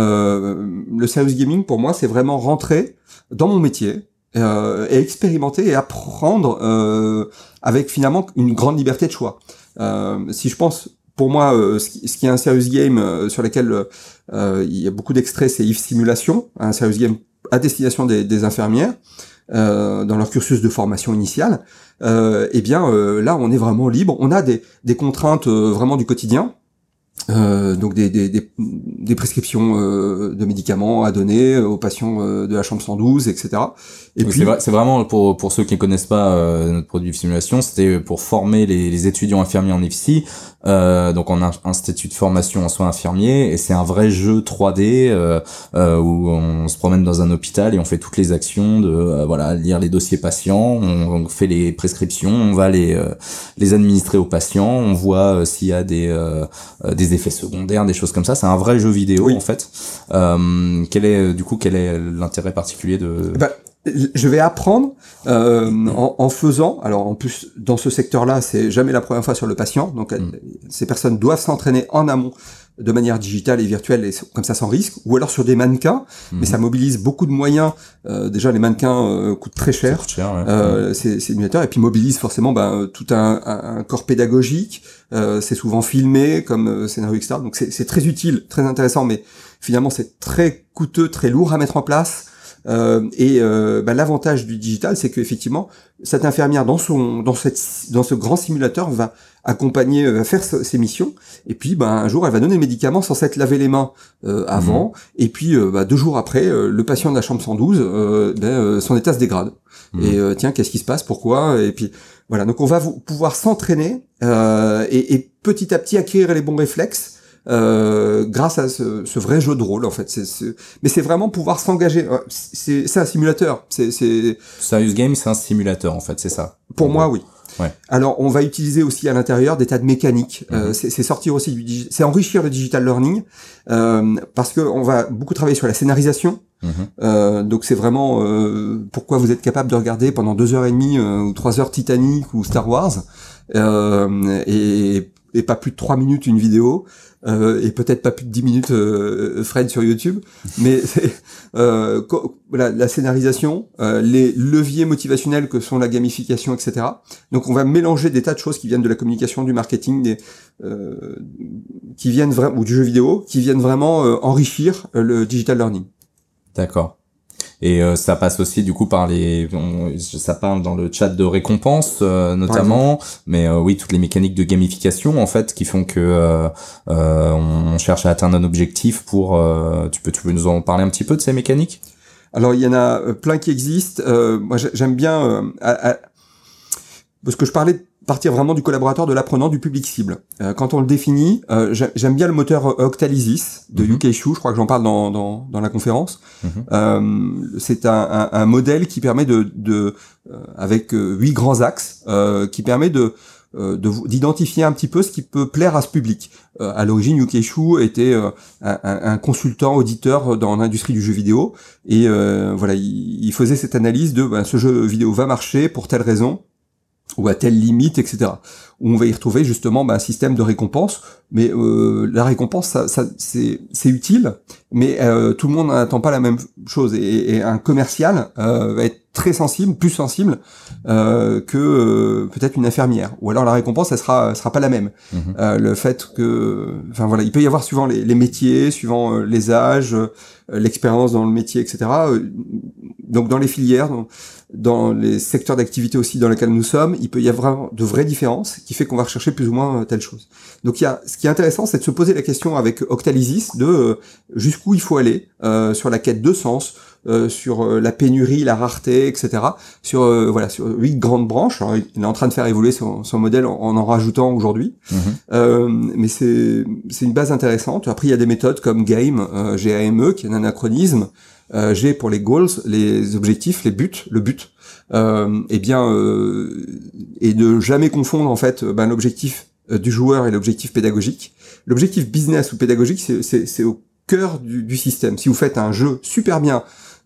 le serious gaming, pour moi, c'est vraiment rentrer dans mon métier, et expérimenter et apprendre avec finalement une grande liberté de choix. Si je pense, pour moi, ce qui est un serious game sur lequel il y a beaucoup d'extraits, c'est If Simulation, un serious game à destination des infirmières dans leur cursus de formation initiale. Là, on est vraiment libre. On a des contraintes vraiment du quotidien. Donc des prescriptions de médicaments à donner aux patients de la chambre 112, etc. Et puis c'est vraiment pour ceux qui ne connaissent pas notre produit de simulation, c'était pour former les étudiants infirmiers en IFSI. Donc on a un institut de formation en soins infirmiers et c'est un vrai jeu 3D où on se promène dans un hôpital et on fait toutes les actions de lire les dossiers patients, on fait les prescriptions, on va les administrer aux patients, on voit s'il y a des effets secondaires, des choses comme ça. C'est un vrai jeu vidéo en fait. Quel est l'intérêt particulier de je vais apprendre en faisant. Alors en plus dans ce secteur-là, c'est jamais la première fois sur le patient. Donc ces personnes doivent s'entraîner en amont de manière digitale et virtuelle et comme ça sans risque, ou alors sur des mannequins. Mais ça mobilise beaucoup de moyens. Déjà les mannequins coûtent très cher. Ces simulateurs et puis mobilisent forcément tout un corps pédagogique. C'est souvent filmé comme scénario etc. Donc c'est très utile, très intéressant, mais finalement c'est très coûteux, très lourd à mettre en place. L'avantage du digital, c'est qu'effectivement, cette infirmière dans ce grand simulateur va accompagner, va faire ses missions, et puis un jour elle va donner le médicament sans s'être lavé les mains avant, et puis 2 jours après, le patient de la chambre 112, son état se dégrade. Et tiens, qu'est-ce qui se passe, pourquoi? Et puis voilà, donc on va pouvoir s'entraîner et petit à petit acquérir les bons réflexes. Grâce à ce vrai jeu de rôle en fait, mais c'est vraiment pouvoir s'engager. C'est un simulateur. Serious Game, c'est un simulateur en fait, c'est ça. Pour moi, oui. Ouais. Alors, on va utiliser aussi à l'intérieur des tas de mécaniques. C'est sortir aussi c'est enrichir le digital learning parce que on va beaucoup travailler sur la scénarisation. Donc c'est vraiment pourquoi vous êtes capable de regarder pendant 2h30 ou 3 heures Titanic ou Star Wars et pas plus de 3 minutes une vidéo. Et peut-être pas plus de 10 minutes Fred sur YouTube, mais c'est la scénarisation, les leviers motivationnels que sont la gamification, etc. Donc on va mélanger des tas de choses qui viennent de la communication, du marketing, qui viennent vraiment ou du jeu vidéo, qui viennent vraiment enrichir le digital learning. D'accord. Et ça passe aussi du coup par ça parle dans le chat de récompense notamment, mais oui, toutes les mécaniques de gamification en fait qui font que on cherche à atteindre un objectif pour. Tu peux nous en parler un petit peu de ces mécaniques? Alors il y en a plein qui existent. Moi j'aime bien parce que je parlais de partir vraiment du collaborateur, de l'apprenant, du public cible. Quand on le définit, j'aime bien le moteur Octalysis de Yu Keishu, je crois que j'en parle dans la conférence. C'est un modèle qui permet avec 8 grands axes, qui permet d'identifier un petit peu ce qui peut plaire à ce public. À l'origine, Yu Keishu était un consultant, auditeur dans l'industrie du jeu vidéo, et voilà, il faisait cette analyse de ce jeu vidéo va marcher pour telle raison, ou à telle limite, etc. Où on va y retrouver justement un système de récompense. Mais la récompense, c'est utile, mais tout le monde n'attend pas la même chose. Et un commercial va être très sensible, plus sensible que peut-être une infirmière. Ou alors la récompense, elle sera pas la même. Le fait que, enfin voilà, il peut y avoir suivant les métiers, suivant les âges, l'expérience dans le métier, etc. Donc dans les filières, dans les secteurs d'activité aussi dans lesquels nous sommes, il peut y avoir de vraies différences qui fait qu'on va rechercher plus ou moins telle chose. Donc ce qui est intéressant, c'est de se poser la question avec Octalysis de jusqu'où il faut aller sur la quête de sens, sur la pénurie, la rareté, etc. Sur 8 grandes branches. Alors, il est en train de faire évoluer son modèle en rajoutant aujourd'hui, mais c'est une base intéressante. Après, il y a des méthodes comme GAME, G-A-M-E, qui est un anachronisme. G pour les goals, les objectifs, le but. Et de jamais confondre en fait l'objectif du joueur et l'objectif pédagogique. L'objectif business ou pédagogique, c'est au cœur du système. Si vous faites un jeu super bien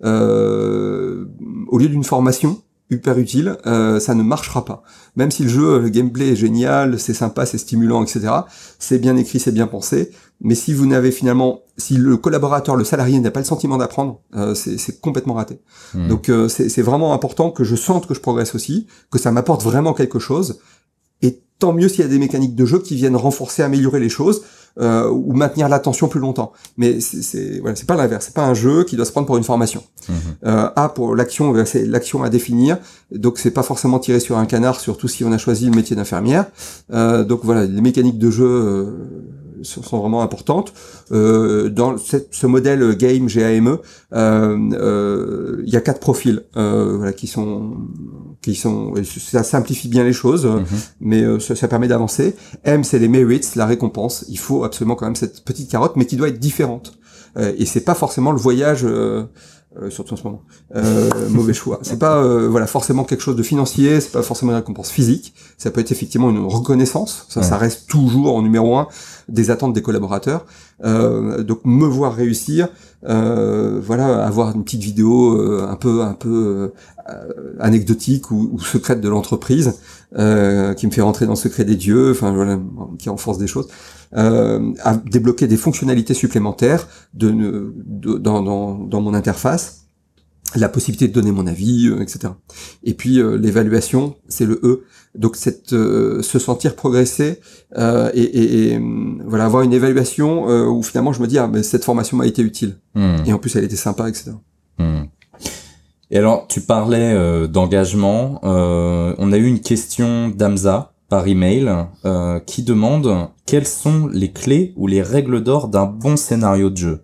au lieu d'une formation hyper utile, ça ne marchera pas. Même si le gameplay est génial, c'est sympa, c'est stimulant, etc. C'est bien écrit, c'est bien pensé. Mais si vous n'avez si le collaborateur, le salarié n'a pas le sentiment d'apprendre, c'est complètement raté. Donc c'est vraiment important que je sente que je progresse aussi, que ça m'apporte vraiment quelque chose. Et tant mieux s'il y a des mécaniques de jeu qui viennent renforcer, améliorer les choses, ou maintenir l'attention plus longtemps. Mais c'est pas l'inverse. C'est pas un jeu qui doit se prendre pour une formation. A pour l'action, c'est l'action à définir. Donc c'est pas forcément tiré sur un canard, surtout si on a choisi le métier d'infirmière. Donc voilà, les mécaniques de jeu sont vraiment importantes. Dans ce modèle GAME, G-A-M-E, il y a 4 profils qui sont ça simplifie bien les choses, mais ça permet d'avancer. M, c'est les merits, la récompense. Il faut absolument quand même cette petite carotte, mais qui doit être différente. Et c'est pas forcément le voyage, surtout en ce moment. Mauvais choix. C'est pas forcément quelque chose de financier, c'est pas forcément une récompense physique. Ça peut être effectivement une reconnaissance. Ça reste toujours en numéro 1 des attentes des collaborateurs. Donc me voir réussir, avoir une petite vidéo un peu anecdotique ou secrète de l'entreprise, qui me fait rentrer dans le secret des dieux, qui renforce des choses, à débloquer des fonctionnalités supplémentaires dans mon interface, la possibilité de donner mon avis, etc. Et puis l'évaluation, c'est le E. Donc se sentir progresser avoir une évaluation où finalement je me dis cette formation m'a été utile et en plus elle était sympa, etc. Et alors tu parlais d'engagement. On a eu une question d'Hamza par email qui demande quelles sont les clés ou les règles d'or d'un bon scénario de jeu.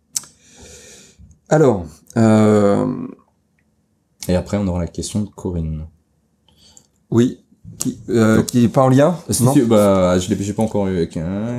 Alors et après on aura la question de Corinne. Oui, qui est pas en lien. Non. J'ai pas encore eu.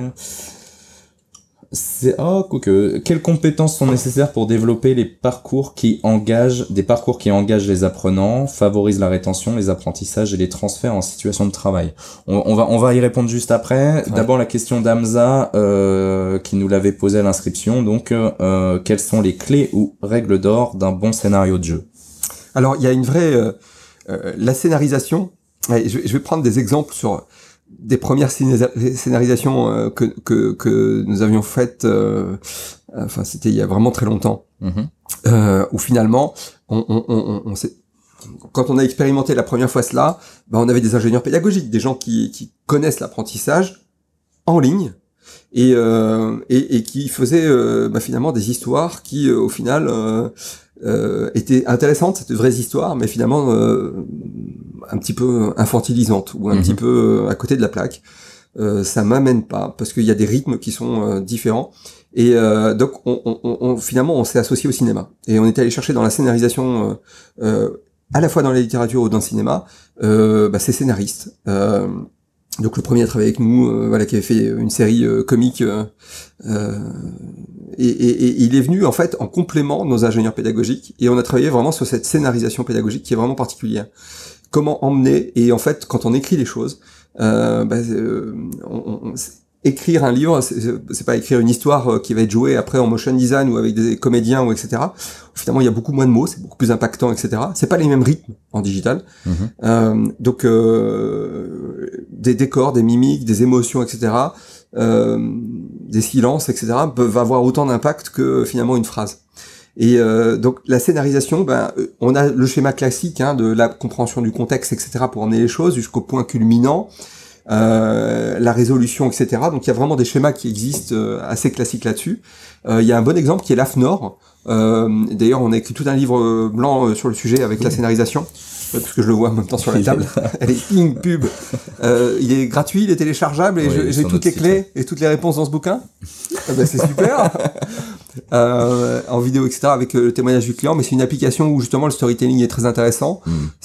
Quelles compétences sont nécessaires pour développer des parcours qui engagent les apprenants, favorisent la rétention, les apprentissages et les transferts en situation de travail. On va y répondre juste après. Ouais. D'abord la question d'Hamza qui nous l'avait posée à l'inscription. Donc quelles sont les clés ou règles d'or d'un bon scénario de jeu? Alors il y a une vraie la scénarisation. Je vais prendre des exemples sur des premières scénarisations que nous avions faites. C'était il y a vraiment très longtemps. Où finalement, on s'est, quand on a expérimenté la première fois cela, on avait des ingénieurs pédagogiques, des gens qui connaissent l'apprentissage en ligne et qui faisaient finalement des histoires qui au final étaient intéressantes, c'était de vraies histoires, mais finalement un petit peu infantilisantes ou un petit peu à côté de la plaque. Ça m'amène pas parce qu'il y a des rythmes qui sont différents. Et donc finalement on s'est associé au cinéma et on est allé chercher dans la scénarisation à la fois dans la littérature ou dans le cinéma ces scénaristes. Donc le premier à travailler avec nous, qui avait fait une série comique, et il est venu en fait en complément de nos ingénieurs pédagogiques et on a travaillé vraiment sur cette scénarisation pédagogique qui est vraiment particulière. Comment emmener, et en fait quand on écrit les choses, écrire un livre, c'est pas écrire une histoire qui va être jouée après en motion design ou avec des comédiens ou etc. Finalement, il y a beaucoup moins de mots, c'est beaucoup plus impactant, etc. C'est pas les mêmes rythmes en digital. Donc, des décors, des mimiques, des émotions, etc. Des silences, etc. peuvent avoir autant d'impact que finalement une phrase. Et donc la scénarisation, on a le schéma classique de la compréhension du contexte, etc. pour emmener les choses jusqu'au point culminant. La résolution, etc. Donc il y a vraiment des schémas qui existent assez classiques là-dessus. Il y a un bon exemple qui est l'AFNOR. D'ailleurs, on a écrit tout un livre blanc sur le sujet avec la scénarisation, parce que je le vois en même temps sur la table. Elle est pub. Il est gratuit, il est téléchargeable et j'ai toutes les clés et toutes les réponses dans ce bouquin. C'est super. En vidéo, etc. avec le témoignage du client, mais c'est une application où justement le storytelling est très intéressant.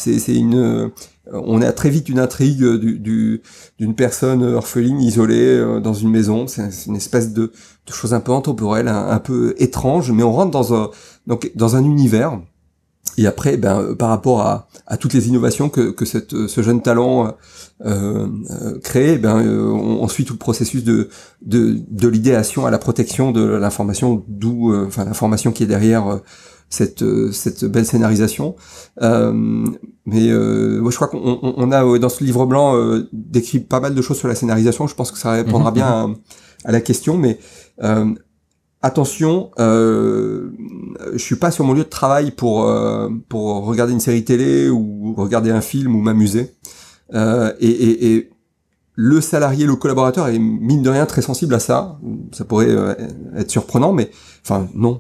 On a très vite une intrigue d'une personne orpheline isolée dans une maison. C'est une espèce de chose un peu intemporelle, un peu étrange, mais on rentre dans un univers. Et après, par rapport à toutes les innovations que ce jeune talent crée, on suit tout le processus de l'idéation à la protection de l'information, d'où l'information qui est derrière cette belle scénarisation. Mais je crois qu'on a dans ce livre blanc décrit pas mal de choses sur la scénarisation. Je pense que ça répondra bien à la question, mais attention, je suis pas sur mon lieu de travail pour regarder une série télé ou regarder un film ou m'amuser. Et le salarié, le collaborateur est mine de rien très sensible à ça. Ça pourrait être surprenant, mais enfin non.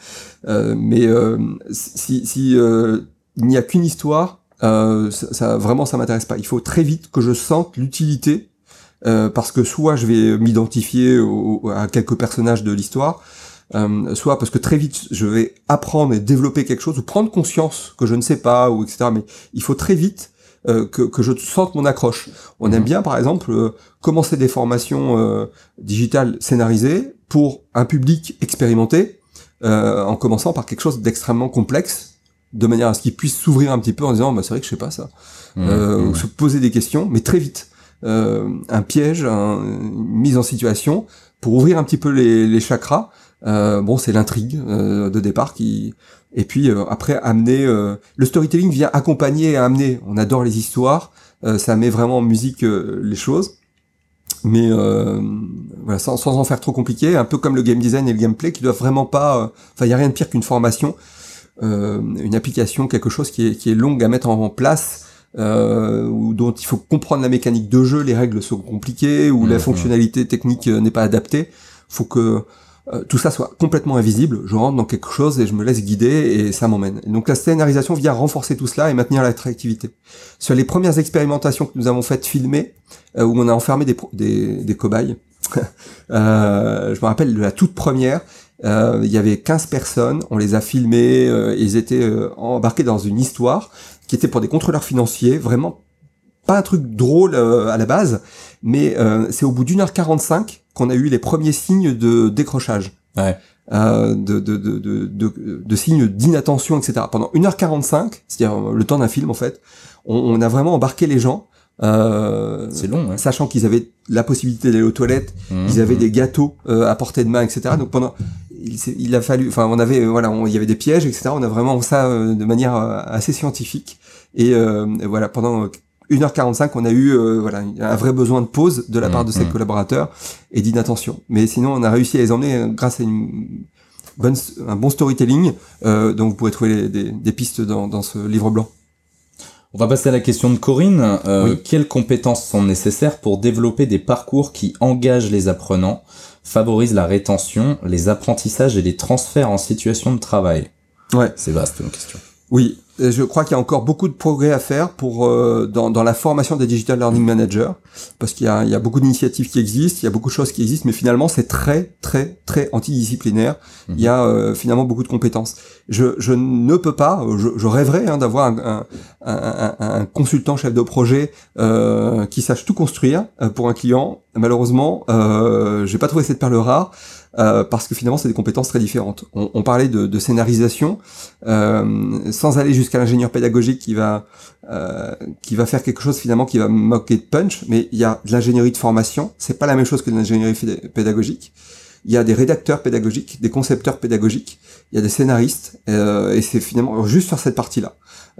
Si il n'y a qu'une histoire, ça m'intéresse pas. Il faut très vite que je sente l'utilité. Parce que soit je vais m'identifier à quelques personnages de l'histoire, soit parce que très vite je vais apprendre et développer quelque chose ou prendre conscience que je ne sais pas ou etc. Mais il faut très vite que je sente mon accroche. On aime bien par exemple commencer des formations digitales scénarisées pour un public expérimenté, en commençant par quelque chose d'extrêmement complexe, de manière à ce qu'il puisse s'ouvrir un petit peu en disant c'est vrai que je sais pas ça, ou se poser des questions, mais très vite. Un piège, une mise en situation pour ouvrir un petit peu les chakras. C'est l'intrigue de départ et puis après amener le storytelling vient accompagner et amener. On adore les histoires, ça met vraiment en musique les choses, mais sans en faire trop compliqué, un peu comme le game design et le gameplay qui doivent vraiment pas. Il y a rien de pire qu'une formation, une application, quelque chose qui est longue à mettre en place. Ou dont il faut comprendre la mécanique de jeu, les règles sont compliquées, ou la fonctionnalité technique n'est pas adaptée. Faut que tout ça soit complètement invisible. Je rentre dans quelque chose et je me laisse guider et ça m'emmène. Et donc la scénarisation vient renforcer tout cela et maintenir l'attractivité. Sur les premières expérimentations que nous avons faites filmer, où on a enfermé des cobayes, je me rappelle de la toute première, il y avait 15 personnes, on les a filmés, ils étaient embarqués dans une histoire qui était pour des contrôleurs financiers, vraiment pas un truc drôle à la base, mais c'est au bout d'1h45 qu'on a eu les premiers signes de décrochage, de signes d'inattention, etc. Pendant 1h45, c'est-à-dire le temps d'un film en fait, on a vraiment embarqué les gens, c'est long, sachant qu'ils avaient la possibilité d'aller aux toilettes, ils avaient des gâteaux à portée de main, etc. Donc pendant il a fallu, on avait, il y avait des pièges, etc. On a vraiment ça de manière assez scientifique. Et pendant 1h45, on a eu un vrai besoin de pause de la part de ces collaborateurs et d'inattention. Mais sinon, on a réussi à les emmener grâce à un bon storytelling. Donc vous pourrez trouver des pistes dans ce livre blanc. On va passer à la question de Corinne. Oui. Quelles compétences sont nécessaires pour développer des parcours qui engagent les apprenants, favorisent la rétention, les apprentissages et les transferts en situation de travail ? Ouais. C'est vaste comme question. Oui, et je crois qu'il y a encore beaucoup de progrès à faire pour dans la formation des digital learning managers, parce qu'il y a beaucoup d'initiatives qui existent, il y a beaucoup de choses qui existent, mais finalement c'est très très très antidisciplinaire. Il y a finalement beaucoup de compétences. Je ne peux pas, je rêverais d'avoir un consultant chef de projet qui sache tout construire pour un client. Malheureusement, j'ai pas trouvé cette perle rare. Parce que finalement c'est des compétences très différentes. On parlait de scénarisation, sans aller jusqu'à l'ingénieur pédagogique qui va faire quelque chose finalement qui va moquer de punch, mais il y a de l'ingénierie de formation, c'est pas la même chose que de l'ingénierie pédagogique. Il y a des rédacteurs pédagogiques, des concepteurs pédagogiques, il y a des scénaristes, et c'est finalement juste sur cette partie-là.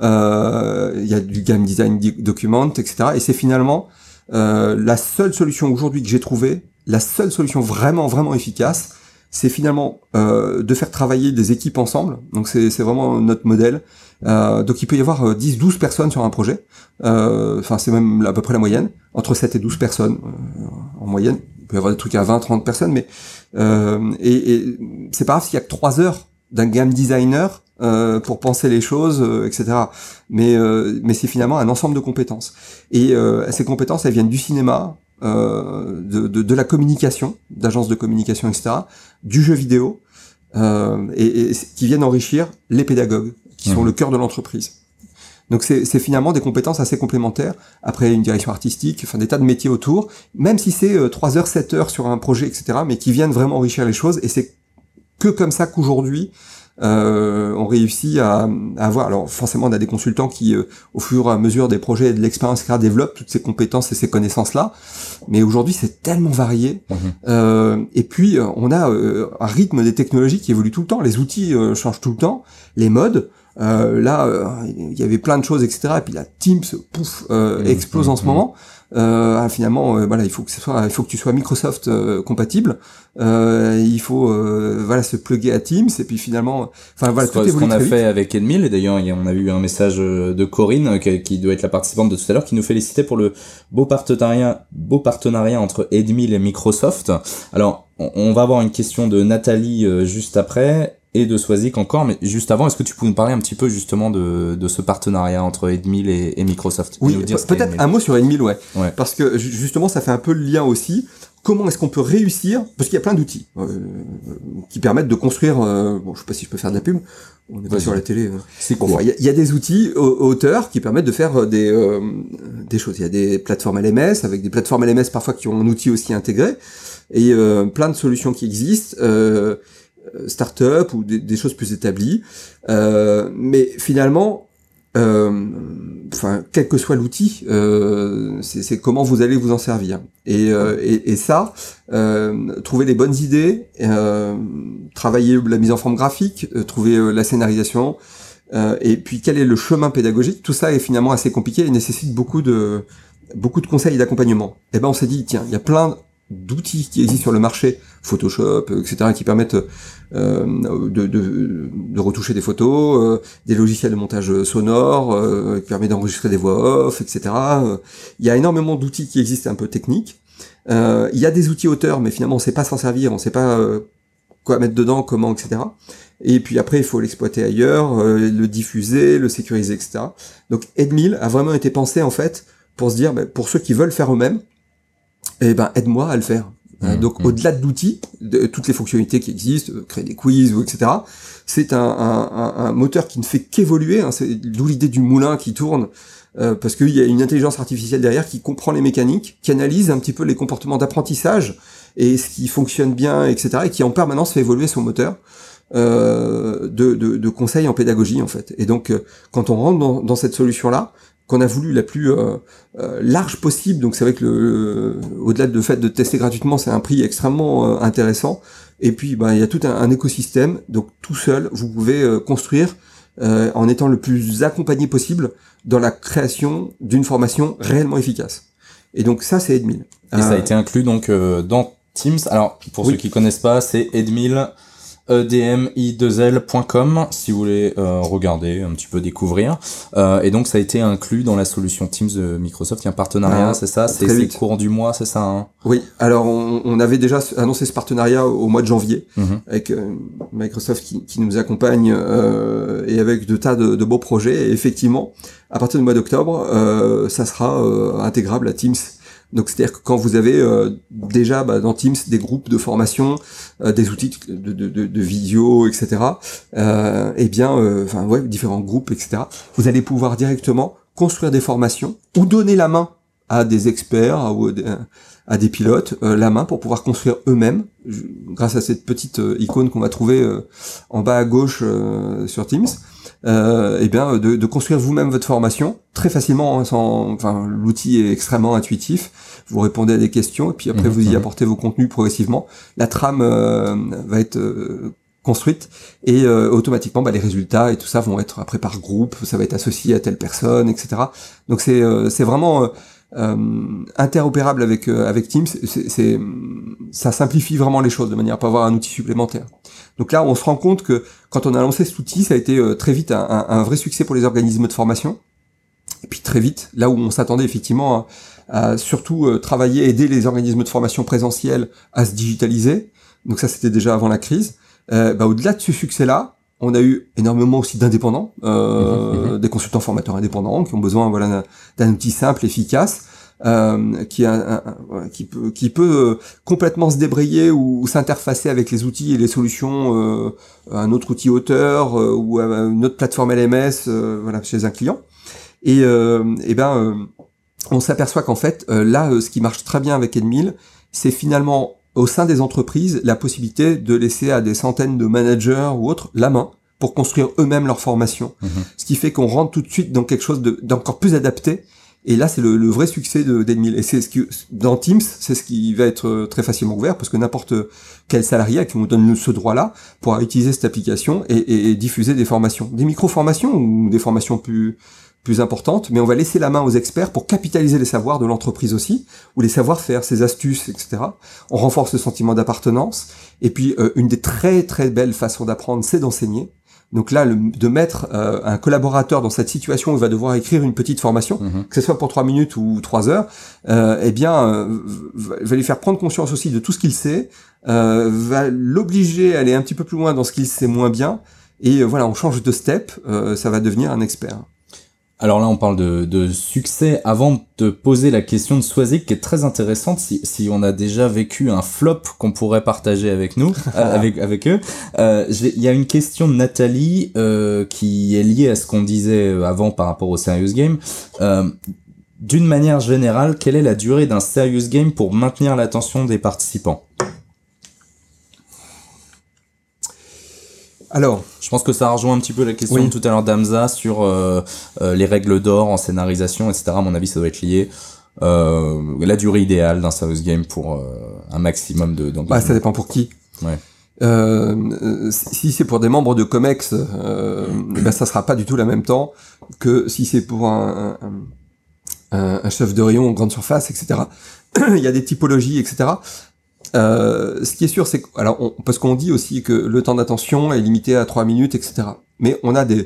Il y a du game design document, etc. Et c'est finalement la seule solution aujourd'hui que j'ai trouvée. La seule solution vraiment vraiment efficace, c'est finalement de faire travailler des équipes ensemble. Donc c'est vraiment notre modèle. Donc il peut y avoir 10-12 personnes sur un projet. Enfin c'est même à peu près la moyenne, entre 7 et 12 personnes en moyenne. Il peut y avoir des trucs à 20-30 personnes, mais et c'est pas grave s'il y a que 3 heures d'un game designer pour penser les choses, etc. Mais c'est finalement un ensemble de compétences. Et ces compétences, elles viennent du cinéma, de la communication, d'agences de communication, etc., du jeu vidéo, et qui viennent enrichir les pédagogues, qui sont le cœur de l'entreprise. Donc c'est finalement des compétences assez complémentaires, après une direction artistique, enfin des tas de métiers autour, même si c'est 3 heures, 7 heures sur un projet, etc., mais qui viennent vraiment enrichir les choses, et c'est que comme ça qu'aujourd'hui, on réussit à avoir, alors forcément on a des consultants qui au fur et à mesure des projets et de l'expérience etc., développent toutes ces compétences et ces connaissances là, mais aujourd'hui c'est tellement varié, et puis on a un rythme des technologies qui évolue tout le temps, les outils changent tout le temps, les modes, il y avait plein de choses etc., et puis la Teams explose en ce moment. Finalement voilà, il faut que tu sois Microsoft compatible, il faut se plugger à Teams, et puis finalement voilà, tout ce qu'on a très fait vite. avec Edmil, et d'ailleurs on a eu un message de Corinne qui doit être la participante de tout à l'heure, qui nous félicitait pour le beau partenariat entre Edmil et Microsoft. Alors on va avoir une question de Nathalie juste après, et de Swazik encore, mais juste avant, est-ce que tu peux nous parler un petit peu justement de ce partenariat entre Edmil et Microsoft? Oui, peut-être un mot sur Edmil, ouais. Parce que justement, ça fait un peu le lien aussi. Comment est-ce qu'on peut réussir, parce qu'il y a plein d'outils qui permettent de construire, je sais pas si je peux faire de la pub, on n'est pas sur la télé. C'est cool. Il y a des outils auteurs qui permettent de faire des choses. Il y a des plateformes LMS, avec des plateformes LMS parfois qui ont un outil aussi intégré, et plein de solutions qui existent, start-up ou des choses plus établies, mais finalement quel que soit l'outil, c'est comment vous allez vous en servir, et ça, trouver les bonnes idées, travailler la mise en forme graphique, trouver la scénarisation, et puis quel est le chemin pédagogique, tout ça est finalement assez compliqué et nécessite beaucoup de conseils et d'accompagnement. Et ben on s'est dit, tiens, il y a plein d'outils qui existent sur le marché, Photoshop, etc., qui permettent de retoucher des photos, des logiciels de montage sonore, qui permettent d'enregistrer des voix off, etc. Il y a énormément d'outils qui existent un peu techniques. Il y a des outils auteurs, mais finalement on sait pas s'en servir, on sait pas quoi mettre dedans, comment, etc. Et puis après il faut l'exploiter ailleurs, le diffuser, le sécuriser, etc. Donc Edmil a vraiment été pensé en fait pour se dire, pour ceux qui veulent faire eux-mêmes, aide-moi à le faire. Donc au-delà de l'outil, de toutes les fonctionnalités qui existent, créer des quiz ou etc., c'est un moteur qui ne fait qu'évoluer, c'est d'où l'idée du moulin qui tourne, parce qu'il y a une intelligence artificielle derrière qui comprend les mécaniques, qui analyse un petit peu les comportements d'apprentissage et ce qui fonctionne bien, etc., et qui en permanence fait évoluer son moteur de conseils en pédagogie en fait. Et donc quand on rentre dans cette solution-là, qu'on a voulu la plus large possible, donc c'est vrai que au-delà du fait de tester gratuitement, c'est un prix extrêmement intéressant, et puis il y a tout un écosystème, donc tout seul vous pouvez construire en étant le plus accompagné possible dans la création d'une formation réellement efficace. Et donc ça c'est Edmil. Et ça a été inclus donc dans Teams. Alors pour ceux qui connaissent pas, c'est Edmil. edmi2l.com si vous voulez regarder, un petit peu découvrir. Et donc ça a été inclus dans la solution Teams de Microsoft. Il y a un partenariat, c'est ça? C'est courant du mois, c'est ça, hein? Oui, alors on avait déjà annoncé ce partenariat au mois de janvier avec Microsoft qui nous accompagne et avec de tas de beaux projets. Et effectivement, à partir du mois d'octobre, ça sera intégrable à Teams. Donc c'est-à-dire que quand vous avez déjà dans Teams des groupes de formation, des outils de visio, etc. Différents groupes, etc. Vous allez pouvoir directement construire des formations ou donner la main à des experts ou à des pilotes, la main pour pouvoir construire eux-mêmes, grâce à cette petite icône qu'on va trouver en bas à gauche sur Teams. De construire vous-même votre formation très facilement, hein, l'outil est extrêmement intuitif. Vous répondez à des questions et puis après vous y apportez vos contenus progressivement. La trame va être construite et automatiquement les résultats et tout ça vont être après par groupe, ça va être associé à telle personne, etc. Donc c'est vraiment interopérable avec Teams. Ça simplifie vraiment les choses de manière à pas avoir un outil supplémentaire. Donc là, on se rend compte que quand on a lancé cet outil, ça a été très vite un vrai succès pour les organismes de formation. Et puis très vite, là où on s'attendait effectivement à surtout travailler, aider les organismes de formation présentiels à se digitaliser. Donc ça, c'était déjà avant la crise. Au-delà de ce succès-là, on a eu énormément aussi d'indépendants, des consultants formateurs indépendants qui ont besoin d'un outil simple, efficace, qui peut complètement se débrayer ou s'interfacer avec les outils et les solutions, un autre outil auteur ou une autre plateforme LMS, chez un client. On s'aperçoit qu'en fait, ce qui marche très bien avec Edmil, c'est finalement au sein des entreprises la possibilité de laisser à des centaines de managers ou autres la main pour construire eux-mêmes leur formation. Ce qui fait qu'on rentre tout de suite dans quelque chose d'encore plus adapté. Et là, c'est le vrai succès d'Edmil. Et c'est dans Teams, c'est ce qui va être très facilement ouvert parce que n'importe quel salarié à qui on donne ce droit-là pourra utiliser cette application et diffuser des formations, des micro-formations ou des formations plus importantes, mais on va laisser la main aux experts pour capitaliser les savoirs de l'entreprise aussi, ou les savoir-faire, ses astuces, etc. On renforce le sentiment d'appartenance. Et puis, une des très très belles façons d'apprendre, c'est d'enseigner. Donc là, de mettre un collaborateur dans cette situation où il va devoir écrire une petite formation, que ce soit pour 3 minutes ou 3 heures, va lui faire prendre conscience aussi de tout ce qu'il sait, va l'obliger à aller un petit peu plus loin dans ce qu'il sait moins bien, et on change de step, ça va devenir un expert. Alors là, on parle de succès. Avant de te poser la question de Swazik, qui est très intéressante, si on a déjà vécu un flop qu'on pourrait partager avec nous, avec eux. Il y a une question de Nathalie qui est liée à ce qu'on disait avant par rapport au Serious Game. D'une manière générale, quelle est la durée d'un Serious Game pour maintenir l'attention des participants ? Alors, je pense que ça rejoint un petit peu la question de tout à l'heure d'Hamza sur les règles d'or en scénarisation, etc. À mon avis, ça doit être lié. La durée idéale d'un Serious Game pour un maximum d'engagement. Ça dépend pour qui. Ouais. Si c'est pour des membres de Comex, ça sera pas du tout la même temps que si c'est pour un chef de rayon en grande surface, etc. Il y a des typologies, etc. Ce qui est sûr, c'est que, parce qu'on dit aussi que le temps d'attention est limité à 3 minutes, etc. Mais on a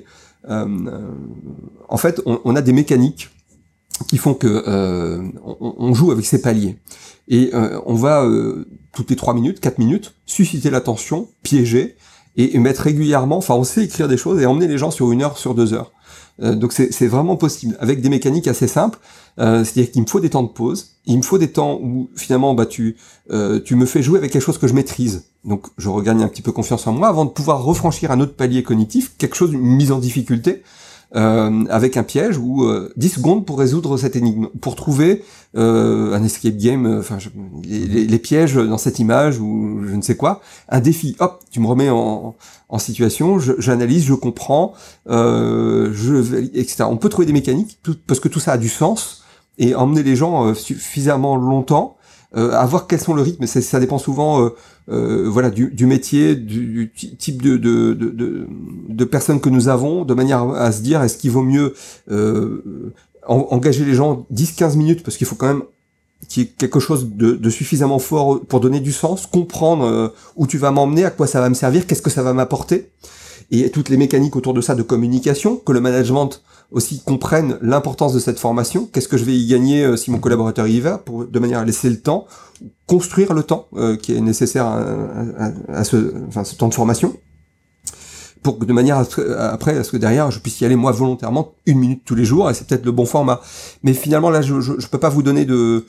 on a des mécaniques qui font que on joue avec ces paliers. Et on va, toutes les 3 minutes, 4 minutes, susciter l'attention, piéger, et mettre régulièrement, on sait écrire des choses et emmener les gens sur 1 heure, sur 2 heures. Donc c'est vraiment possible, avec des mécaniques assez simples. C'est-à-dire qu'il me faut des temps de pause, il me faut des temps où finalement tu me fais jouer avec quelque chose que je maîtrise. Donc je regagne un petit peu confiance en moi avant de pouvoir refranchir un autre palier cognitif, quelque chose, une mise en difficulté, avec un piège ou 10 secondes pour résoudre cette énigme, pour trouver un escape game, les pièges dans cette image ou je ne sais quoi, un défi. Hop, tu me remets en situation, j'analyse, je comprends, etc. On peut trouver des mécaniques parce que tout ça a du sens et emmener les gens suffisamment longtemps, à voir quels sont le rythme. Ça dépend souvent du métier, du type de personnes que nous avons, de manière à se dire est-ce qu'il vaut mieux engager les gens 10-15 minutes parce qu'il faut quand même qui est quelque chose de suffisamment fort pour donner du sens, comprendre où tu vas m'emmener, à quoi ça va me servir, qu'est-ce que ça va m'apporter, et toutes les mécaniques autour de ça de communication, que le management aussi comprenne l'importance de cette formation, qu'est-ce que je vais y gagner si mon collaborateur y va, de manière à laisser le temps, construire le temps qui est nécessaire à ce temps de formation, pour que de manière à ce que derrière je puisse y aller moi volontairement 1 minute tous les jours, et c'est peut-être le bon format. Mais finalement là je peux pas vous donner de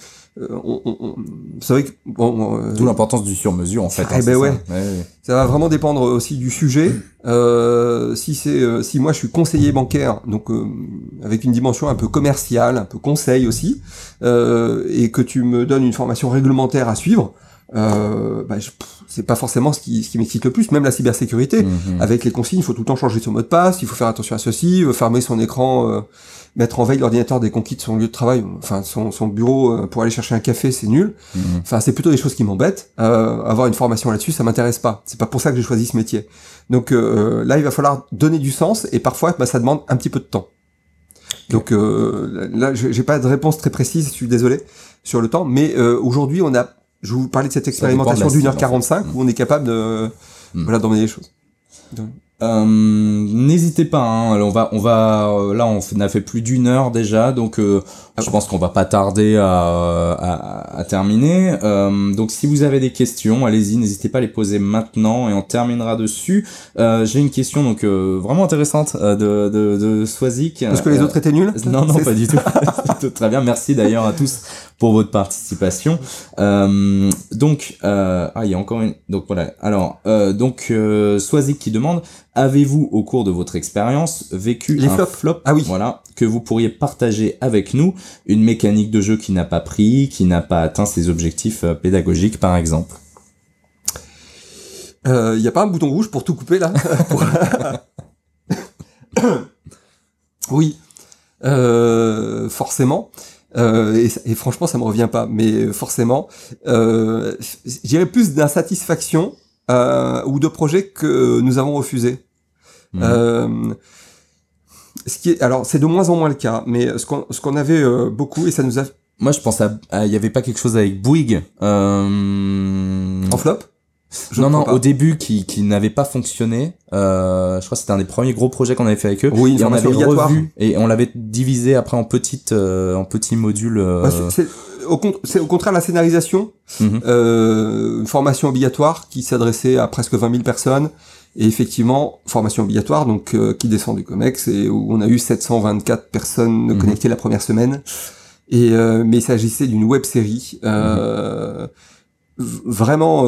vous savez que d'où l'importance du sur-mesure en fait. Ça va vraiment dépendre aussi du sujet. Si moi je suis conseiller bancaire, donc avec une dimension un peu commerciale, un peu conseil aussi, et que tu me donnes une formation réglementaire à suivre, c'est pas forcément ce qui m'excite le plus. Même la cybersécurité, avec les consignes, il faut tout le temps changer son mot de passe, il faut faire attention à ceci, fermer son écran, mettre en veille l'ordinateur dès qu'on quitte son lieu de travail, enfin son bureau pour aller chercher un café, c'est nul. Enfin, c'est plutôt des choses qui m'embêtent. Avoir une formation là-dessus, ça m'intéresse pas. C'est pas pour ça que j'ai choisi ce métier. Donc là, il va falloir donner du sens, et parfois, ça demande un petit peu de temps. Donc là, j'ai pas de réponse très précise, je suis désolé sur le temps, mais aujourd'hui, je vais vous parler de cette expérimentation d'1h45 où on est capable de d'emmener les choses. N'hésitez pas, hein, on va là on a fait plus d'1 heure déjà, donc je pense qu'on va pas tarder à terminer. Donc si vous avez des questions, allez-y, n'hésitez pas à les poser maintenant et on terminera dessus. J'ai une question donc vraiment intéressante de Swazik. Est-ce que les autres étaient nuls? Non, pas du tout. Très bien, merci d'ailleurs à tous pour votre participation. Donc il y a encore une. Donc voilà. Alors Swazik qui demande: avez-vous au cours de votre expérience vécu un flop, voilà, que vous pourriez partager avec nous, une mécanique de jeu qui n'a pas pris, qui n'a pas atteint ses objectifs pédagogiques par exemple? Y a pas un bouton rouge pour tout couper là? Oui, forcément. Et franchement, ça me revient pas, mais forcément, je dirais plus d'insatisfaction ou de projets que nous avons refusés. Alors c'est de moins en moins le cas, mais ce qu'on avait beaucoup, et ça nous a... Moi je pense il y avait pas quelque chose avec Bouygues en flop? Non, au début qui n'avait pas fonctionné. Je crois que c'était un des premiers gros projets qu'on avait fait avec eux. Oui, et on avait obligatoire. Revu et on l'avait divisé après en petits modules. C'est au contraire la scénarisation, une formation obligatoire qui s'adressait à presque 20 000 personnes. Et effectivement, formation obligatoire, donc qui descend du COMEX, et où on a eu 724 personnes connectées la première semaine. Et mais il s'agissait d'une web série vraiment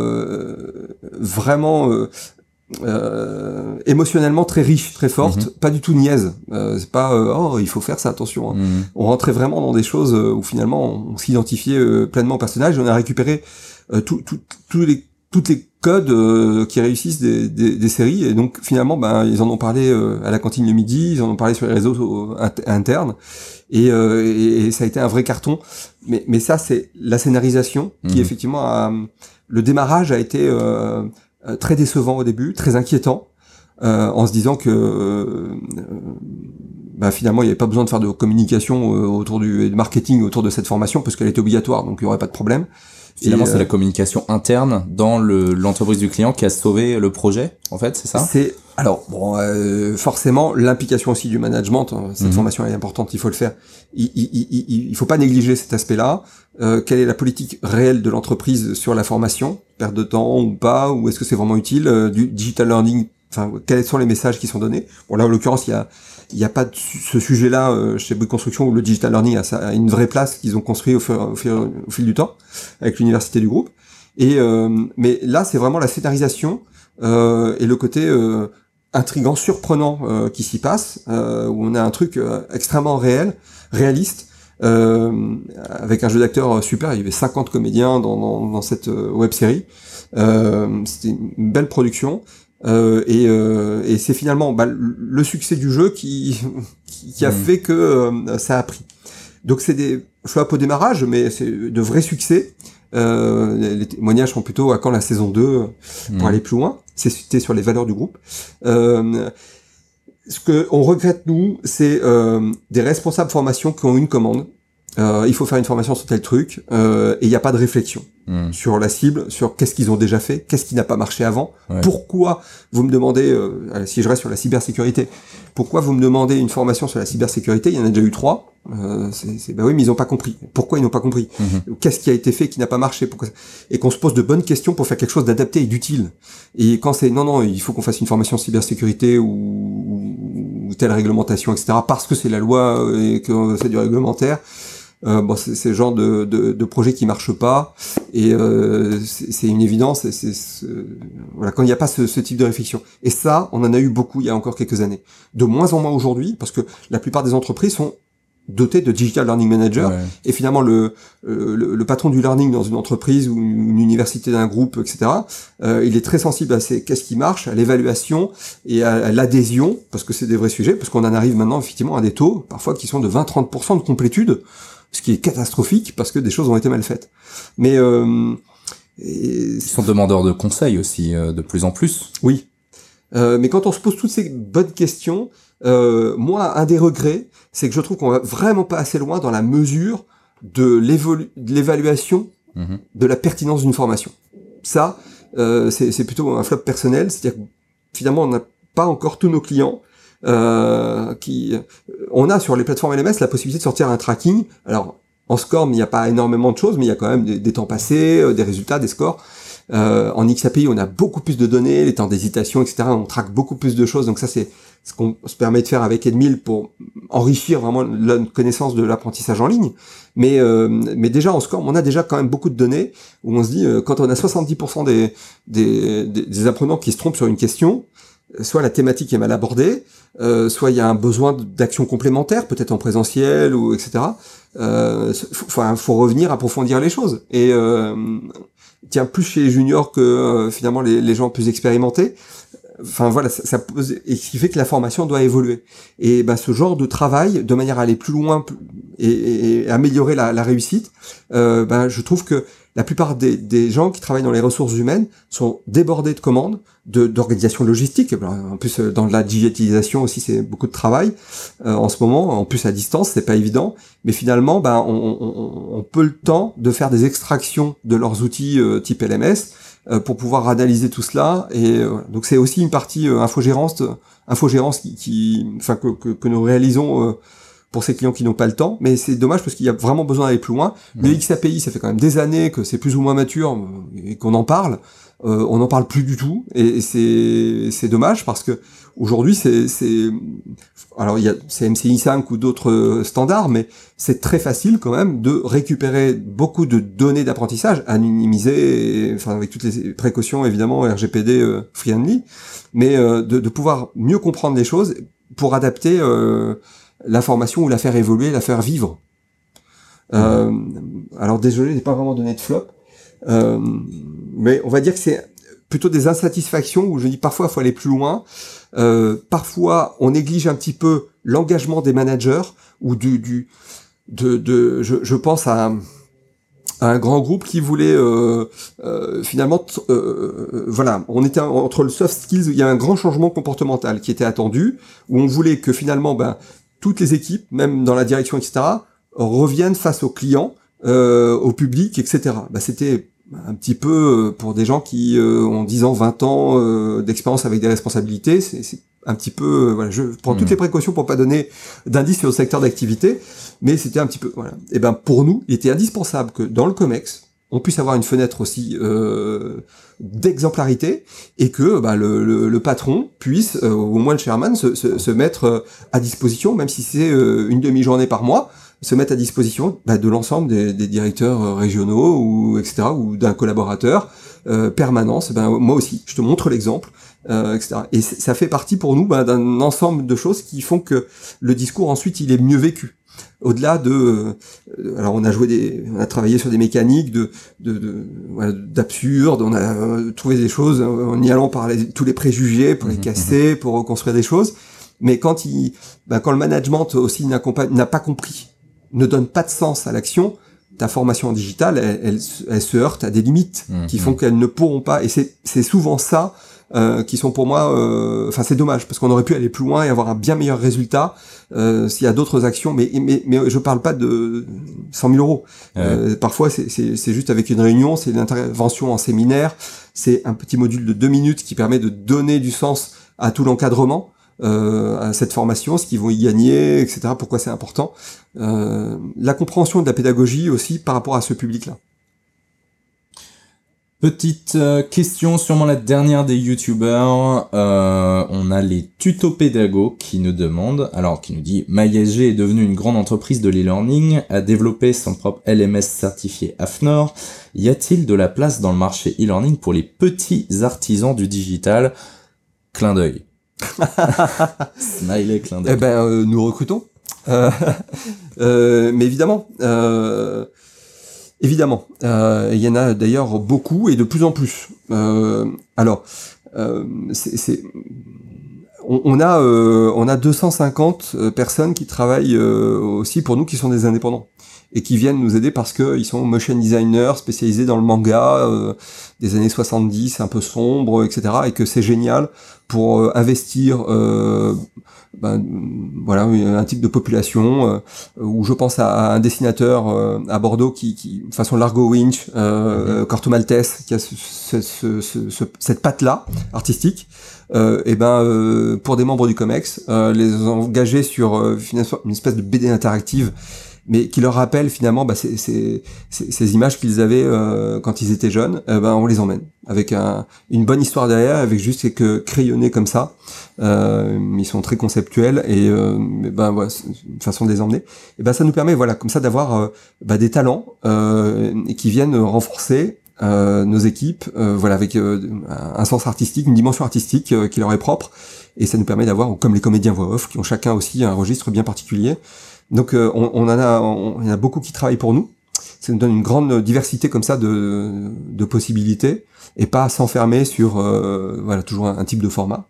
émotionnellement très riche, très forte, pas du tout niaise. C'est pas il faut faire ça, attention. Hein. On rentrait vraiment dans des choses où finalement on s'identifiait pleinement au personnage. Et on a récupéré toutes les codes qui réussissent des séries, et donc finalement ils en ont parlé à la cantine le midi, ils en ont parlé sur les réseaux internes, et ça a été un vrai carton. Mais ça, c'est la scénarisation qui effectivement le démarrage a été très décevant au début, très inquiétant, en se disant que finalement il n'y avait pas besoin de faire de communication autour de marketing autour de cette formation, parce qu'elle était obligatoire, donc il n'y aurait pas de problème. Finalement, c'est la communication interne dans l'entreprise du client qui a sauvé le projet, en fait, c'est ça? Forcément, l'implication aussi du management, cette formation est importante, il faut le faire. Il faut pas négliger cet aspect-là. Quelle est la politique réelle de l'entreprise sur la formation? Perte de temps ou pas? Ou est-ce que c'est vraiment utile? Du digital learning, quels sont les messages qui sont donnés? Bon, là, en l'occurrence, il y a pas de ce sujet-là chez Bouygues Construction, où le digital learning a une vraie place qu'ils ont construit au fil du temps avec l'université du groupe. Mais là, c'est vraiment la scénarisation et le côté intriguant, surprenant qui s'y passe, où on a un truc extrêmement réaliste, avec un jeu d'acteurs super. Il y avait 50 comédiens dans cette web-série. C'était une belle production. Et c'est finalement le succès du jeu qui a fait que ça a pris. Donc c'est des flops au démarrage, mais c'est de vrais succès. Les témoignages sont plutôt à quand la saison 2 pour aller plus loin. C'était sur les valeurs du groupe. Ce que on regrette nous, c'est des responsables formation qui ont une commande, il faut faire une formation sur tel truc, et il n'y a pas de réflexion sur la cible, sur qu'est-ce qu'ils ont déjà fait, qu'est-ce qui n'a pas marché avant, pourquoi vous me demandez, si je reste sur la cybersécurité, pourquoi vous me demandez une formation sur la cybersécurité, il y en a déjà eu 3, bah oui, mais ils n'ont pas compris. Pourquoi ils n'ont pas compris? Qu'est-ce qui a été fait qui n'a pas marché? Pourquoi? Et qu'on se pose de bonnes questions pour faire quelque chose d'adapté et d'utile. Et quand c'est non, il faut qu'on fasse une formation cybersécurité ou telle réglementation, etc., parce que c'est la loi et que c'est du réglementaire, bon, c'est le genre de projet qui marche pas, et c'est une évidence. Voilà, quand il n'y a pas ce type de réflexion. Et ça, on en a eu beaucoup il y a encore quelques années. De moins en moins aujourd'hui, parce que la plupart des entreprises sont dotées de Digital Learning Manager, et finalement le patron du learning dans une entreprise ou une université d'un groupe, etc., il est très sensible à qu'est-ce qui marche, à l'évaluation et à l'adhésion, parce que c'est des vrais sujets, parce qu'on en arrive maintenant effectivement à des taux parfois qui sont de 20-30% de complétude, ce qui est catastrophique parce que des choses ont été mal faites. Mais ils sont demandeurs de conseils aussi, de plus en plus. Oui. Mais quand on se pose toutes ces bonnes questions, moi, un des regrets, c'est que je trouve qu'on va vraiment pas assez loin dans la mesure de l'évaluation de la pertinence d'une formation. Ça, c'est plutôt un flop personnel, c'est-à-dire que finalement, on n'a pas encore tous nos clients on a sur les plateformes LMS la possibilité de sortir un tracking. Alors, en SCORM, il n'y a pas énormément de choses, mais il y a quand même des temps passés, des résultats, des scores. En XAPI, on a beaucoup plus de données, les temps d'hésitation, etc. On traque beaucoup plus de choses. Donc ça, c'est ce qu'on se permet de faire avec Edmil pour enrichir vraiment la connaissance de l'apprentissage en ligne. Mais déjà, en SCORM, on a déjà quand même beaucoup de données où on se dit, quand on a 70% des apprenants qui se trompent sur une question, soit la thématique est mal abordée, soit il y a un besoin d'action complémentaire, peut-être en présentiel ou etc. Faut revenir approfondir les choses. Et tiens, plus chez les juniors que finalement les gens plus expérimentés. Enfin voilà, ça pose, et ce qui fait que la formation doit évoluer. Et ben ce genre de travail, de manière à aller plus loin et améliorer la réussite, je trouve que la plupart des gens qui travaillent dans les ressources humaines sont débordés de commandes, d'organisation logistique. En plus, dans la digitalisation aussi, c'est beaucoup de travail en ce moment. En plus, à distance, c'est pas évident. Mais finalement, on peut le temps de faire des extractions de leurs outils type LMS pour pouvoir analyser tout cela. Et donc, c'est aussi une partie infogérance que nous réalisons pour ces clients qui n'ont pas le temps, mais c'est dommage parce qu'il y a vraiment besoin d'aller plus loin. Le XAPI, ça fait quand même des années que c'est plus ou moins mature et qu'on en parle. On n'en parle plus du tout, et c'est dommage parce que aujourd'hui alors c'est MCI 5 ou d'autres standards, mais c'est très facile quand même de récupérer beaucoup de données d'apprentissage anonymisées, avec toutes les précautions évidemment RGPD friendly, mais de pouvoir mieux comprendre les choses pour adapter l'information ou la faire évoluer, la faire vivre. Alors désolé, j'ai pas vraiment donné de flop, mais on va dire que c'est plutôt des insatisfactions où je dis parfois il faut aller plus loin. Parfois on néglige un petit peu l'engagement des managers ou je pense à un grand groupe qui voulait finalement on était entre le soft skills, il y a un grand changement comportemental qui était attendu, où on voulait que finalement toutes les équipes, même dans la direction, etc., reviennent face aux clients, au public, etc. C'était un petit peu pour des gens qui ont 10 ans, 20 ans d'expérience avec des responsabilités, c'est un petit peu je prends toutes les précautions pour pas donner d'indices sur le secteur d'activité, mais c'était un petit peu Et pour nous, il était indispensable que dans le COMEX, on puisse avoir une fenêtre aussi d'exemplarité, et que le patron puisse, au moins le chairman, se mettre à disposition, même si c'est une demi-journée par mois, se mettre à disposition de l'ensemble des directeurs régionaux ou etc., ou d'un collaborateur permanence. Moi aussi, je te montre l'exemple, etc. Et ça fait partie pour nous d'un ensemble de choses qui font que le discours ensuite il est mieux vécu. Au-delà alors on a travaillé sur des mécaniques d'absurde, on a trouvé des choses en y allant par tous les préjugés pour les casser, pour reconstruire des choses. Mais quand le management aussi n'a pas compris, ne donne pas de sens à l'action, ta formation en digital, elle se heurte à des limites qui font qu'elles ne pourront pas. Et c'est souvent ça qui sont pour moi, enfin c'est dommage parce qu'on aurait pu aller plus loin et avoir un bien meilleur résultat s'il y a d'autres actions, mais je parle pas de 100 000 euros. Parfois c'est juste avec une réunion, c'est une intervention en séminaire, c'est un petit module de 2 minutes qui permet de donner du sens à tout l'encadrement. À cette formation, ce qu'ils vont y gagner, etc. Pourquoi c'est important. La compréhension de la pédagogie aussi par rapport à ce public-là. Petite question, sûrement la dernière des youtubeurs. On a les tuto-pédagogues qui nous demandent, alors qui nous dit « MySG est devenue une grande entreprise de l'e-learning, a développé son propre LMS certifié AFNOR. Y a-t-il de la place dans le marché e-learning pour les petits artisans du digital ?» Clin d'œil. Smiley, clin d'œil. Eh ben, nous recrutons. Mais évidemment, il y en a d'ailleurs beaucoup et de plus en plus. On a 250 personnes qui travaillent aussi pour nous, qui sont des indépendants et qui viennent nous aider parce que ils sont motion designers spécialisés dans le manga des années 70, un peu sombre, etc. Et que c'est génial pour investir un type de population où je pense à un dessinateur à Bordeaux qui façon Largo Winch, Corto Maltese, qui a cette patte-là artistique. Pour des membres du COMEX, les engager sur une espèce de BD interactive, mais qui leur rappelle finalement ces images qu'ils avaient quand ils étaient jeunes. On les emmène avec une bonne histoire derrière, avec juste quelques crayonnés comme ça. Ils sont très conceptuels et une façon de les emmener. Ça nous permet comme ça d'avoir des talents qui viennent renforcer nos équipes, avec un sens artistique, une dimension artistique qui leur est propre, et ça nous permet d'avoir, comme les comédiens voix off, qui ont chacun aussi un registre bien particulier. Donc on en a beaucoup qui travaillent pour nous. Ça nous donne une grande diversité comme ça de possibilités, et pas s'enfermer sur toujours un type de format.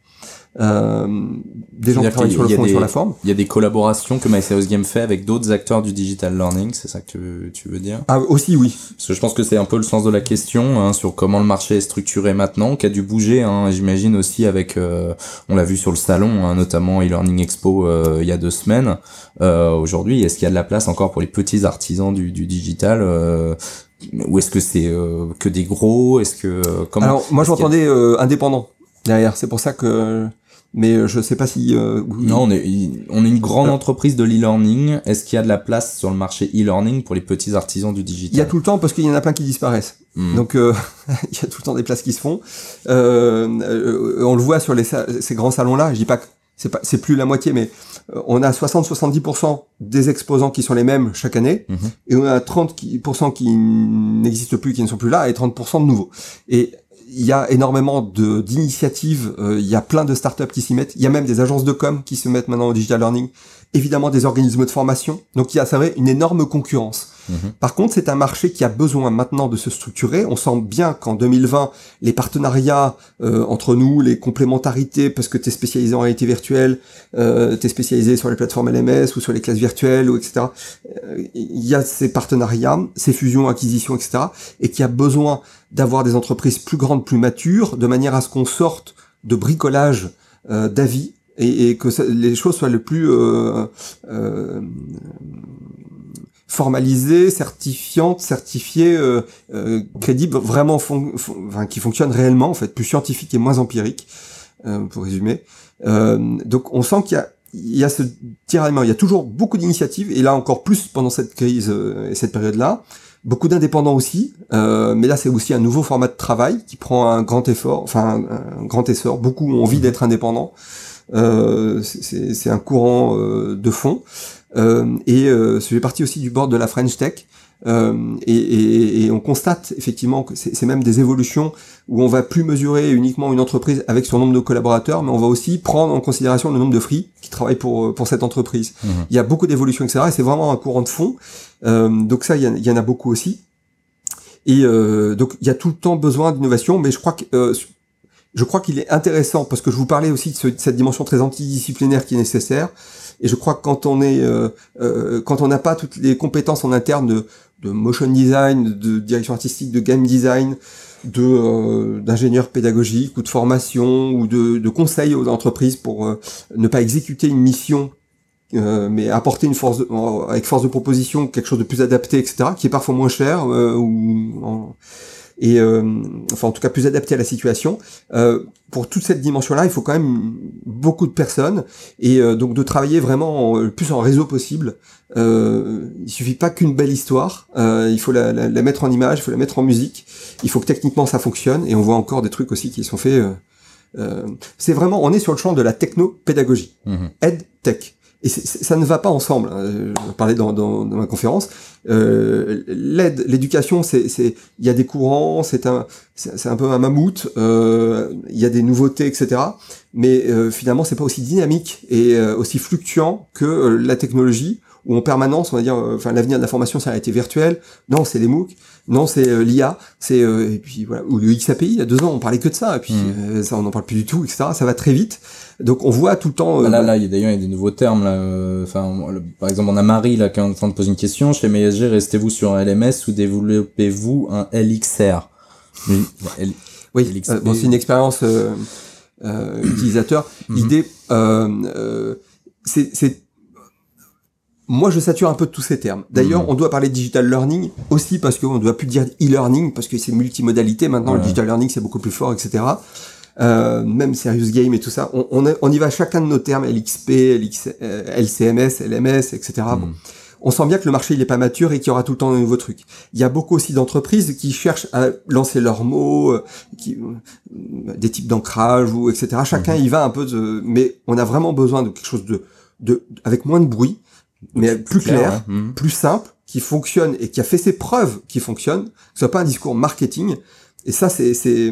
Des gens qui travaillent sur le fond et sur la forme. Il y a des collaborations que My Serious Game fait avec d'autres acteurs du digital learning, c'est ça que tu veux dire? Ah, aussi, oui. Parce que je pense que c'est un peu le sens de la question, sur comment le marché est structuré maintenant, qui a dû bouger, j'imagine aussi avec, on l'a vu sur le salon, notamment e-learning expo il y a 2 semaines. Aujourd'hui, est-ce qu'il y a de la place encore pour les petits artisans du digital, ou est-ce que c'est que des gros? Est-ce que Alors moi j'entendais indépendant derrière, c'est pour ça que. Mais je sais pas si... Non, on est une grande entreprise de l'e-learning. Est-ce qu'il y a de la place sur le marché e-learning pour les petits artisans du digital? Il y a tout le temps, parce qu'il y en a plein qui disparaissent. Donc il y a tout le temps des places qui se font. On le voit sur ces grands salons-là. Je dis pas que c'est plus la moitié, mais on a 60-70% des exposants qui sont les mêmes chaque année, et on a 30% qui n'existent plus, qui ne sont plus là, et 30% de nouveaux. Et il y a énormément d'initiatives, il y a plein de startups qui s'y mettent, il y a même des agences de com qui se mettent maintenant au digital learning, évidemment des organismes de formation, donc il y a, c'est vrai, une énorme concurrence. Par contre, c'est un marché qui a besoin maintenant de se structurer. On sent bien qu'en 2020, les partenariats entre nous, les complémentarités, parce que tu es spécialisé en réalité virtuelle, tu es spécialisé sur les plateformes LMS ou sur les classes virtuelles, ou etc. Il y a ces partenariats, ces fusions, acquisitions, etc. Et qui a besoin d'avoir des entreprises plus grandes, plus matures, de manière à ce qu'on sorte de bricolage d'avis et que les choses soient le plus formalisées, certifiées, crédibles, vraiment qui fonctionnent réellement, en fait, plus scientifiques et moins empiriques, pour résumer. Donc on sent qu'il y a ce tiraillement, il y a toujours beaucoup d'initiatives, et là encore plus pendant cette crise et cette période-là. Beaucoup d'indépendants aussi, mais là c'est aussi un nouveau format de travail qui prend un grand essor. Beaucoup ont envie d'être indépendants. C'est un courant de fond. Je fais partie aussi du board de la French Tech. Et on constate effectivement que c'est même des évolutions où on va plus mesurer uniquement une entreprise avec son nombre de collaborateurs, mais on va aussi prendre en considération le nombre de free qui travaillent pour cette entreprise. Il y a beaucoup d'évolutions, etc. Et c'est vraiment un courant de fond. Donc ça, il y en a beaucoup aussi. Et donc il y a tout le temps besoin d'innovation, mais je crois qu'il est intéressant, parce que je vous parlais aussi de cette dimension très antidisciplinaire qui est nécessaire. Et je crois que quand on n'a pas toutes les compétences en interne de motion design, de direction artistique, de game design, d'ingénieurs pédagogiques ou de formation ou de conseils aux entreprises pour ne pas exécuter une mission, mais apporter avec force de proposition quelque chose de plus adapté, etc., qui est parfois moins cher enfin en tout cas plus adapté à la situation. Pour toute cette dimension-là, il faut quand même beaucoup de personnes et donc de travailler vraiment le plus en réseau possible. Il suffit pas qu'une belle histoire, il faut la mettre en image, il faut la mettre en musique, il faut que techniquement ça fonctionne et on voit encore des trucs aussi qui sont faits. C'est vraiment, on est sur le champ de la techno-pédagogie, EdTech. Et ça ne va pas ensemble. Je parlais dans ma conférence. L'éducation, il y a des courants, c'est un peu un mammouth. Il y a des nouveautés, etc. Mais finalement, c'est pas aussi dynamique et aussi fluctuant que la technologie, où en permanence, on va dire, l'avenir de la formation, ça a été virtuel. Non, c'est les MOOC. Non, c'est l'IA. Et puis voilà. Ou le XAPI. Il y a 2 ans, on parlait que de ça. Et puis ça, on n'en parle plus du tout, etc. Ça va très vite. Donc on voit tout le temps. Là, il y a des nouveaux termes là. Par exemple, on a Marie là qui est en train de poser une question. Chez MSG, restez-vous sur un LMS ou développez-vous un LXR? Oui. C'est une expérience utilisateur. L'idée, c'est moi, je sature un peu de tous ces termes. D'ailleurs, on doit parler de digital learning aussi parce qu'on ne doit plus dire e-learning parce que c'est multimodalité. Maintenant, le digital learning, c'est beaucoup plus fort, etc. Même Serious Game et tout ça. On y va chacun de nos termes, LXP, LCMS, LMS, etc. Bon. On sent bien que le marché, il est pas mature et qu'il y aura tout le temps de nouveaux trucs. Il y a beaucoup aussi d'entreprises qui cherchent à lancer leurs mots, des types d'ancrage ou etc. Chacun y va un peu mais on a vraiment besoin de quelque chose avec moins de bruit, mais plus clair, plus simple, qui fonctionne et qui a fait ses preuves qui fonctionne, que ce soit pas un discours marketing. Et ça, c'est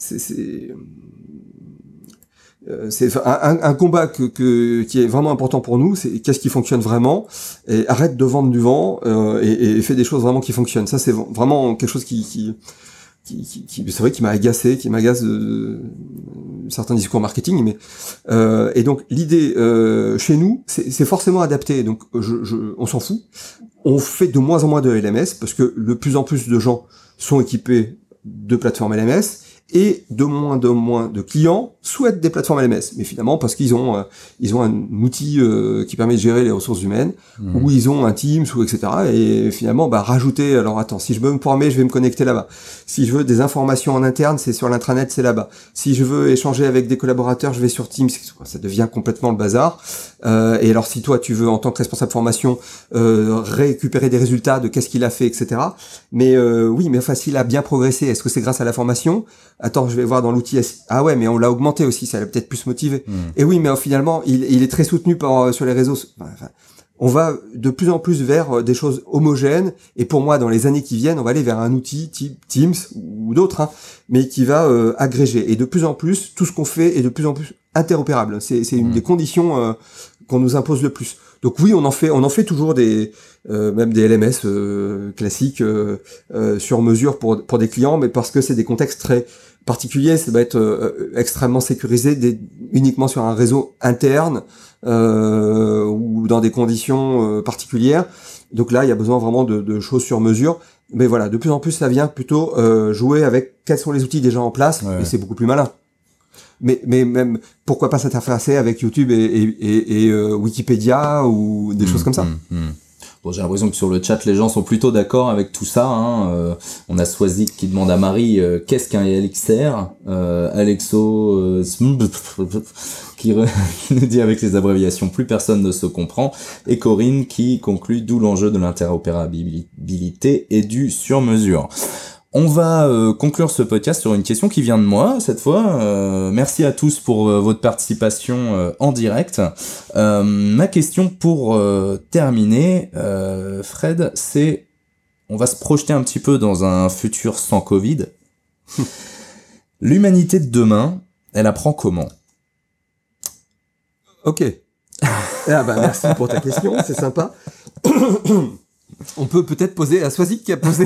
un combat qui est vraiment important pour nous. C'est qu'est-ce qui fonctionne vraiment, et arrête de vendre du vent et fais des choses vraiment qui fonctionnent. Ça, c'est vraiment quelque chose qui c'est vrai, qui m'agace certains discours marketing, mais et donc l'idée chez nous, c'est forcément adapté. Donc on s'en fout. On fait de moins en moins de LMS parce que de plus en plus de gens sont équipés de plateformes LMS et de moins de clients souhaitent des plateformes LMS, mais finalement parce qu'ils ont un outil qui permet de gérer les ressources humaines, ou ils ont un Teams ou etc. Et finalement rajouter, alors attends, si je veux me former, je vais me connecter là-bas. Si je veux des informations en interne, c'est sur l'intranet, c'est là-bas. Si je veux échanger avec des collaborateurs, je vais sur Teams. Ça devient complètement le bazar. Et alors si toi tu veux en tant que responsable formation récupérer des résultats de qu'est-ce qu'il a fait, etc. Mais oui, mais enfin s'il a bien progressé, est-ce que c'est grâce à la formation? Attends, je vais voir dans l'outil. Ah ouais, mais on l'a augmenté aussi, ça l'a peut-être plus motivé. Et oui, mais finalement, il est très soutenu sur les réseaux. Enfin, on va de plus en plus vers des choses homogènes. Et pour moi, dans les années qui viennent, on va aller vers un outil type Teams ou d'autres, mais qui va agréger. Et de plus en plus, tout ce qu'on fait est de plus en plus interopérable. C'est une des conditions qu'on nous impose le plus. Donc oui, on en fait toujours même des LMS classiques sur mesure pour des clients, mais parce que c'est des contextes très particulier, ça va être extrêmement sécurisé uniquement sur un réseau interne ou dans des conditions particulières. Donc là, il y a besoin vraiment de choses sur mesure. Mais voilà, de plus en plus, ça vient plutôt jouer avec quels sont les outils déjà en place, et c'est beaucoup plus malin. Mais même, pourquoi pas s'interfacer avec YouTube et Wikipédia ou des choses comme ça. Bon, j'ai l'impression que sur le chat, les gens sont plutôt d'accord avec tout ça. On a Swazik qui demande à Marie qu'est-ce qu'un LXR, Alexo qui nous dit avec les abréviations plus personne ne se comprend, et Corinne qui conclut d'où l'enjeu de l'interopérabilité et du sur-mesure. On va conclure ce podcast sur une question qui vient de moi cette fois. Merci à tous pour votre participation en direct. Ma question pour terminer, Fred, c'est on va se projeter un petit peu dans un futur sans Covid. L'humanité de demain, elle apprend comment? Ok. Merci pour ta question, c'est sympa. On peut peut-être poser à Swazik qui a posé...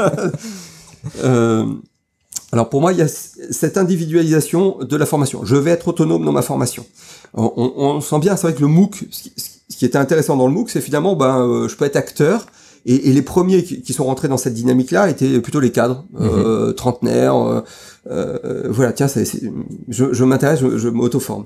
alors pour moi, il y a cette individualisation de la formation. Je vais être autonome dans ma formation. On sent bien, c'est vrai que le MOOC, ce qui était intéressant dans le MOOC, c'est finalement, je peux être acteur Et les premiers qui sont rentrés dans cette dynamique-là étaient plutôt les cadres, trentenaires. Voilà, tiens, je m'intéresse, je m'auto-forme.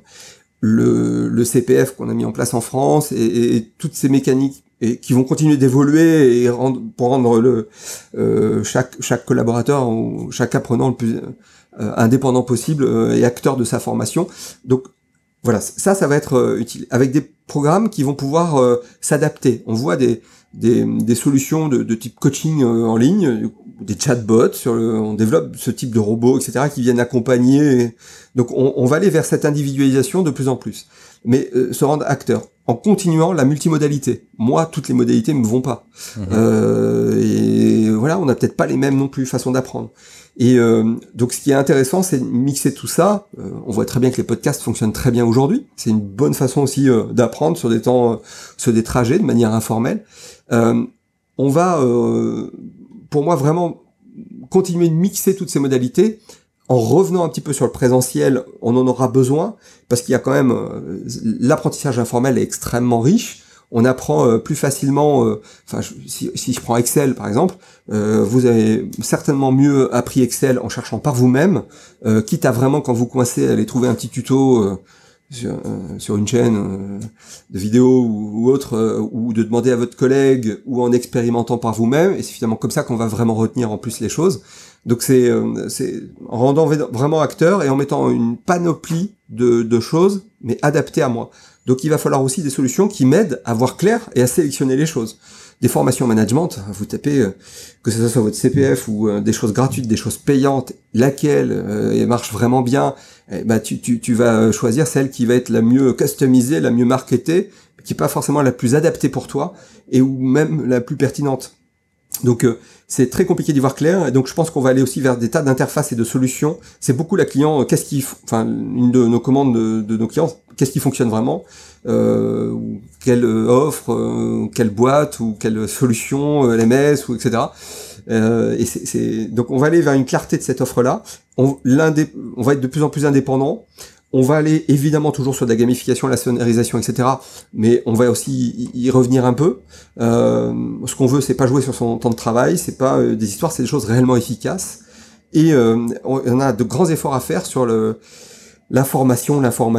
Le CPF qu'on a mis en place en France et toutes ces mécaniques et qui vont continuer d'évoluer et pour rendre chaque collaborateur ou chaque apprenant le plus indépendant possible et acteur de sa formation. Donc voilà, ça va être utile avec des programmes qui vont pouvoir s'adapter. On voit des solutions de type coaching en ligne, des chatbots on développe ce type de robots, etc., qui viennent accompagner. Donc on va aller vers cette individualisation de plus en plus, mais se rendre acteur en continuant la multimodalité. Moi, toutes les modalités me vont pas. Et voilà, on n'a peut-être pas les mêmes non plus façons d'apprendre. Et donc ce qui est intéressant, c'est de mixer tout ça. On voit très bien que les podcasts fonctionnent très bien aujourd'hui. C'est une bonne façon aussi d'apprendre sur des temps, sur des trajets de manière informelle. On va, pour moi, vraiment continuer de mixer toutes ces modalités en revenant un petit peu sur le présentiel. On en aura besoin parce qu'il y a quand même l'apprentissage informel est extrêmement riche. On apprend plus facilement. Si je prends Excel par exemple, vous avez certainement mieux appris Excel en cherchant par vous-même, quitte à vraiment quand vous coincez aller trouver un petit tuto sur une chaîne de vidéos ou autre, ou de demander à votre collègue, ou en expérimentant par vous-même. Et c'est finalement comme ça qu'on va vraiment retenir en plus les choses. Donc c'est en rendant vraiment acteur et en mettant une panoplie de choses, mais adaptées à moi. Donc il va falloir aussi des solutions qui m'aident à voir clair et à sélectionner les choses. Des formations management, vous tapez, que ce soit sur votre CPF ou des choses gratuites, des choses payantes, laquelle marche vraiment bien, tu vas choisir celle qui va être la mieux customisée, la mieux marketée, qui est pas forcément la plus adaptée pour toi, et ou même la plus pertinente. Donc c'est très compliqué d'y voir clair, et donc je pense qu'on va aller aussi vers des tas d'interfaces et de solutions. C'est beaucoup la client, une de nos commandes de nos clients, qu'est-ce qui fonctionne vraiment, quelle offre, quelle boîte ou quelle solution, LMS ou etc. Et donc on va aller vers une clarté de cette offre-là. On va être de plus en plus indépendant. On va aller évidemment toujours sur de la gamification, la sonorisation, etc. Mais on va aussi y revenir un peu. Ce qu'on veut, c'est pas jouer sur son temps de travail, c'est pas des histoires, c'est des choses réellement efficaces. Et on a de grands efforts à faire sur l'information.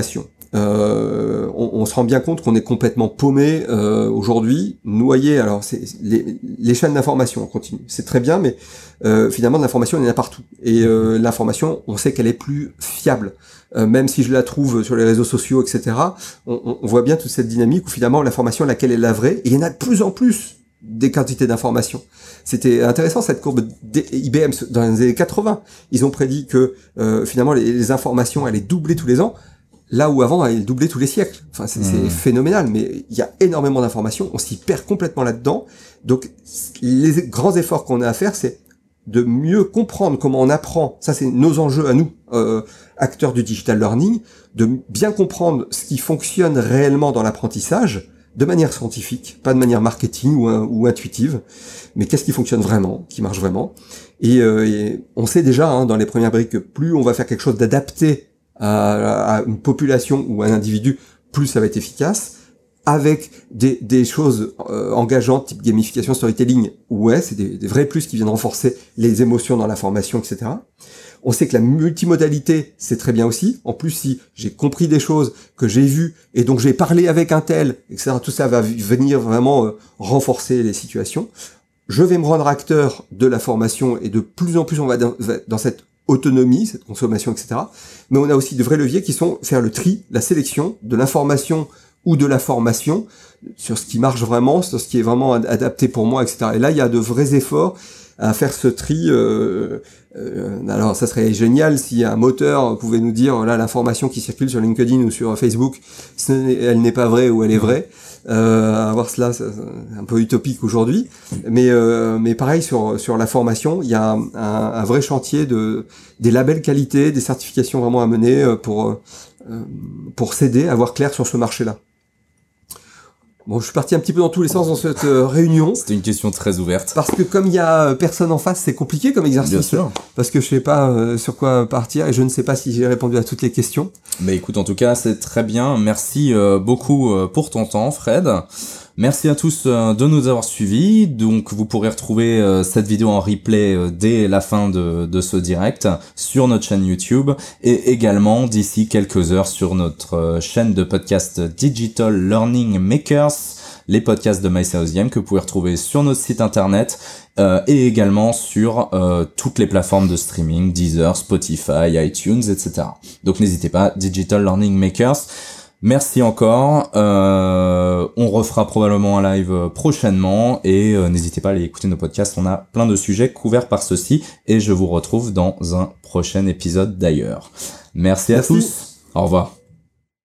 On se rend bien compte qu'on est complètement paumé aujourd'hui, noyé. Alors c'est les chaînes d'information, on continue, c'est très bien, mais finalement de l'information il y en a partout. Et l'information, on sait qu'elle est plus fiable. Même si je la trouve sur les réseaux sociaux, etc., on voit bien toute cette dynamique où finalement l'information, laquelle est la vraie, et il y en a de plus en plus des quantités d'informations. C'était intéressant cette courbe IBM dans les années 80. Ils ont prédit que finalement les informations allaient doubler tous les ans, là où avant elles doublaient tous les siècles. Enfin c'est phénoménal, mais il y a énormément d'informations, on s'y perd complètement là-dedans. Donc les grands efforts qu'on a à faire, c'est de mieux comprendre comment on apprend. Ça c'est nos enjeux à nous, acteurs du digital learning, de bien comprendre ce qui fonctionne réellement dans l'apprentissage, de manière scientifique, pas de manière marketing ou intuitive, mais qu'est-ce qui fonctionne vraiment, qui marche vraiment. Et on sait déjà dans les premières briques que plus on va faire quelque chose d'adapté à une population ou à un individu, plus ça va être efficace. Avec des choses engageantes, type gamification, storytelling, c'est des vrais plus qui viennent renforcer les émotions dans la formation, etc. On sait que la multimodalité, c'est très bien aussi. En plus, si j'ai compris des choses que j'ai vues et donc j'ai parlé avec un tel, etc., tout ça va venir vraiment renforcer les situations. Je vais me rendre acteur de la formation et de plus en plus on va dans cette autonomie, cette consommation, etc. Mais on a aussi de vrais leviers qui sont faire le tri, la sélection de l'information ou de la formation sur ce qui marche vraiment, sur ce qui est vraiment adapté pour moi, etc. Et là, il y a de vrais efforts à faire ce tri. Alors, ça serait génial si un moteur pouvait nous dire là l'information qui circule sur LinkedIn ou sur Facebook, elle n'est pas vraie ou elle est vraie. Avoir cela, c'est un peu utopique aujourd'hui. Mais pareil sur la formation, il y a un vrai chantier des labels qualité, des certifications vraiment à mener pour s'aider à voir clair sur ce marché-là. Bon, je suis parti un petit peu dans tous les sens dans cette réunion. C'était une question très ouverte. Parce que comme il y a personne en face, c'est compliqué comme exercice. Bien sûr. Parce que je sais pas sur quoi partir et je ne sais pas si j'ai répondu à toutes les questions. Mais écoute, en tout cas, c'est très bien. Merci beaucoup pour ton temps, Fred. Merci à tous de nous avoir suivis. Donc vous pourrez retrouver cette vidéo en replay dès la fin de ce direct sur notre chaîne YouTube et également d'ici quelques heures sur notre chaîne de podcast Digital Learning Makers, les podcasts de MySalesGame que vous pouvez retrouver sur notre site internet et également sur toutes les plateformes de streaming, Deezer, Spotify, iTunes, etc. Donc n'hésitez pas, Digital Learning Makers. Merci encore, on refera probablement un live prochainement et n'hésitez pas à aller écouter nos podcasts, on a plein de sujets couverts par ceux-ci et je vous retrouve dans un prochain épisode d'ailleurs. Merci à tous, au revoir.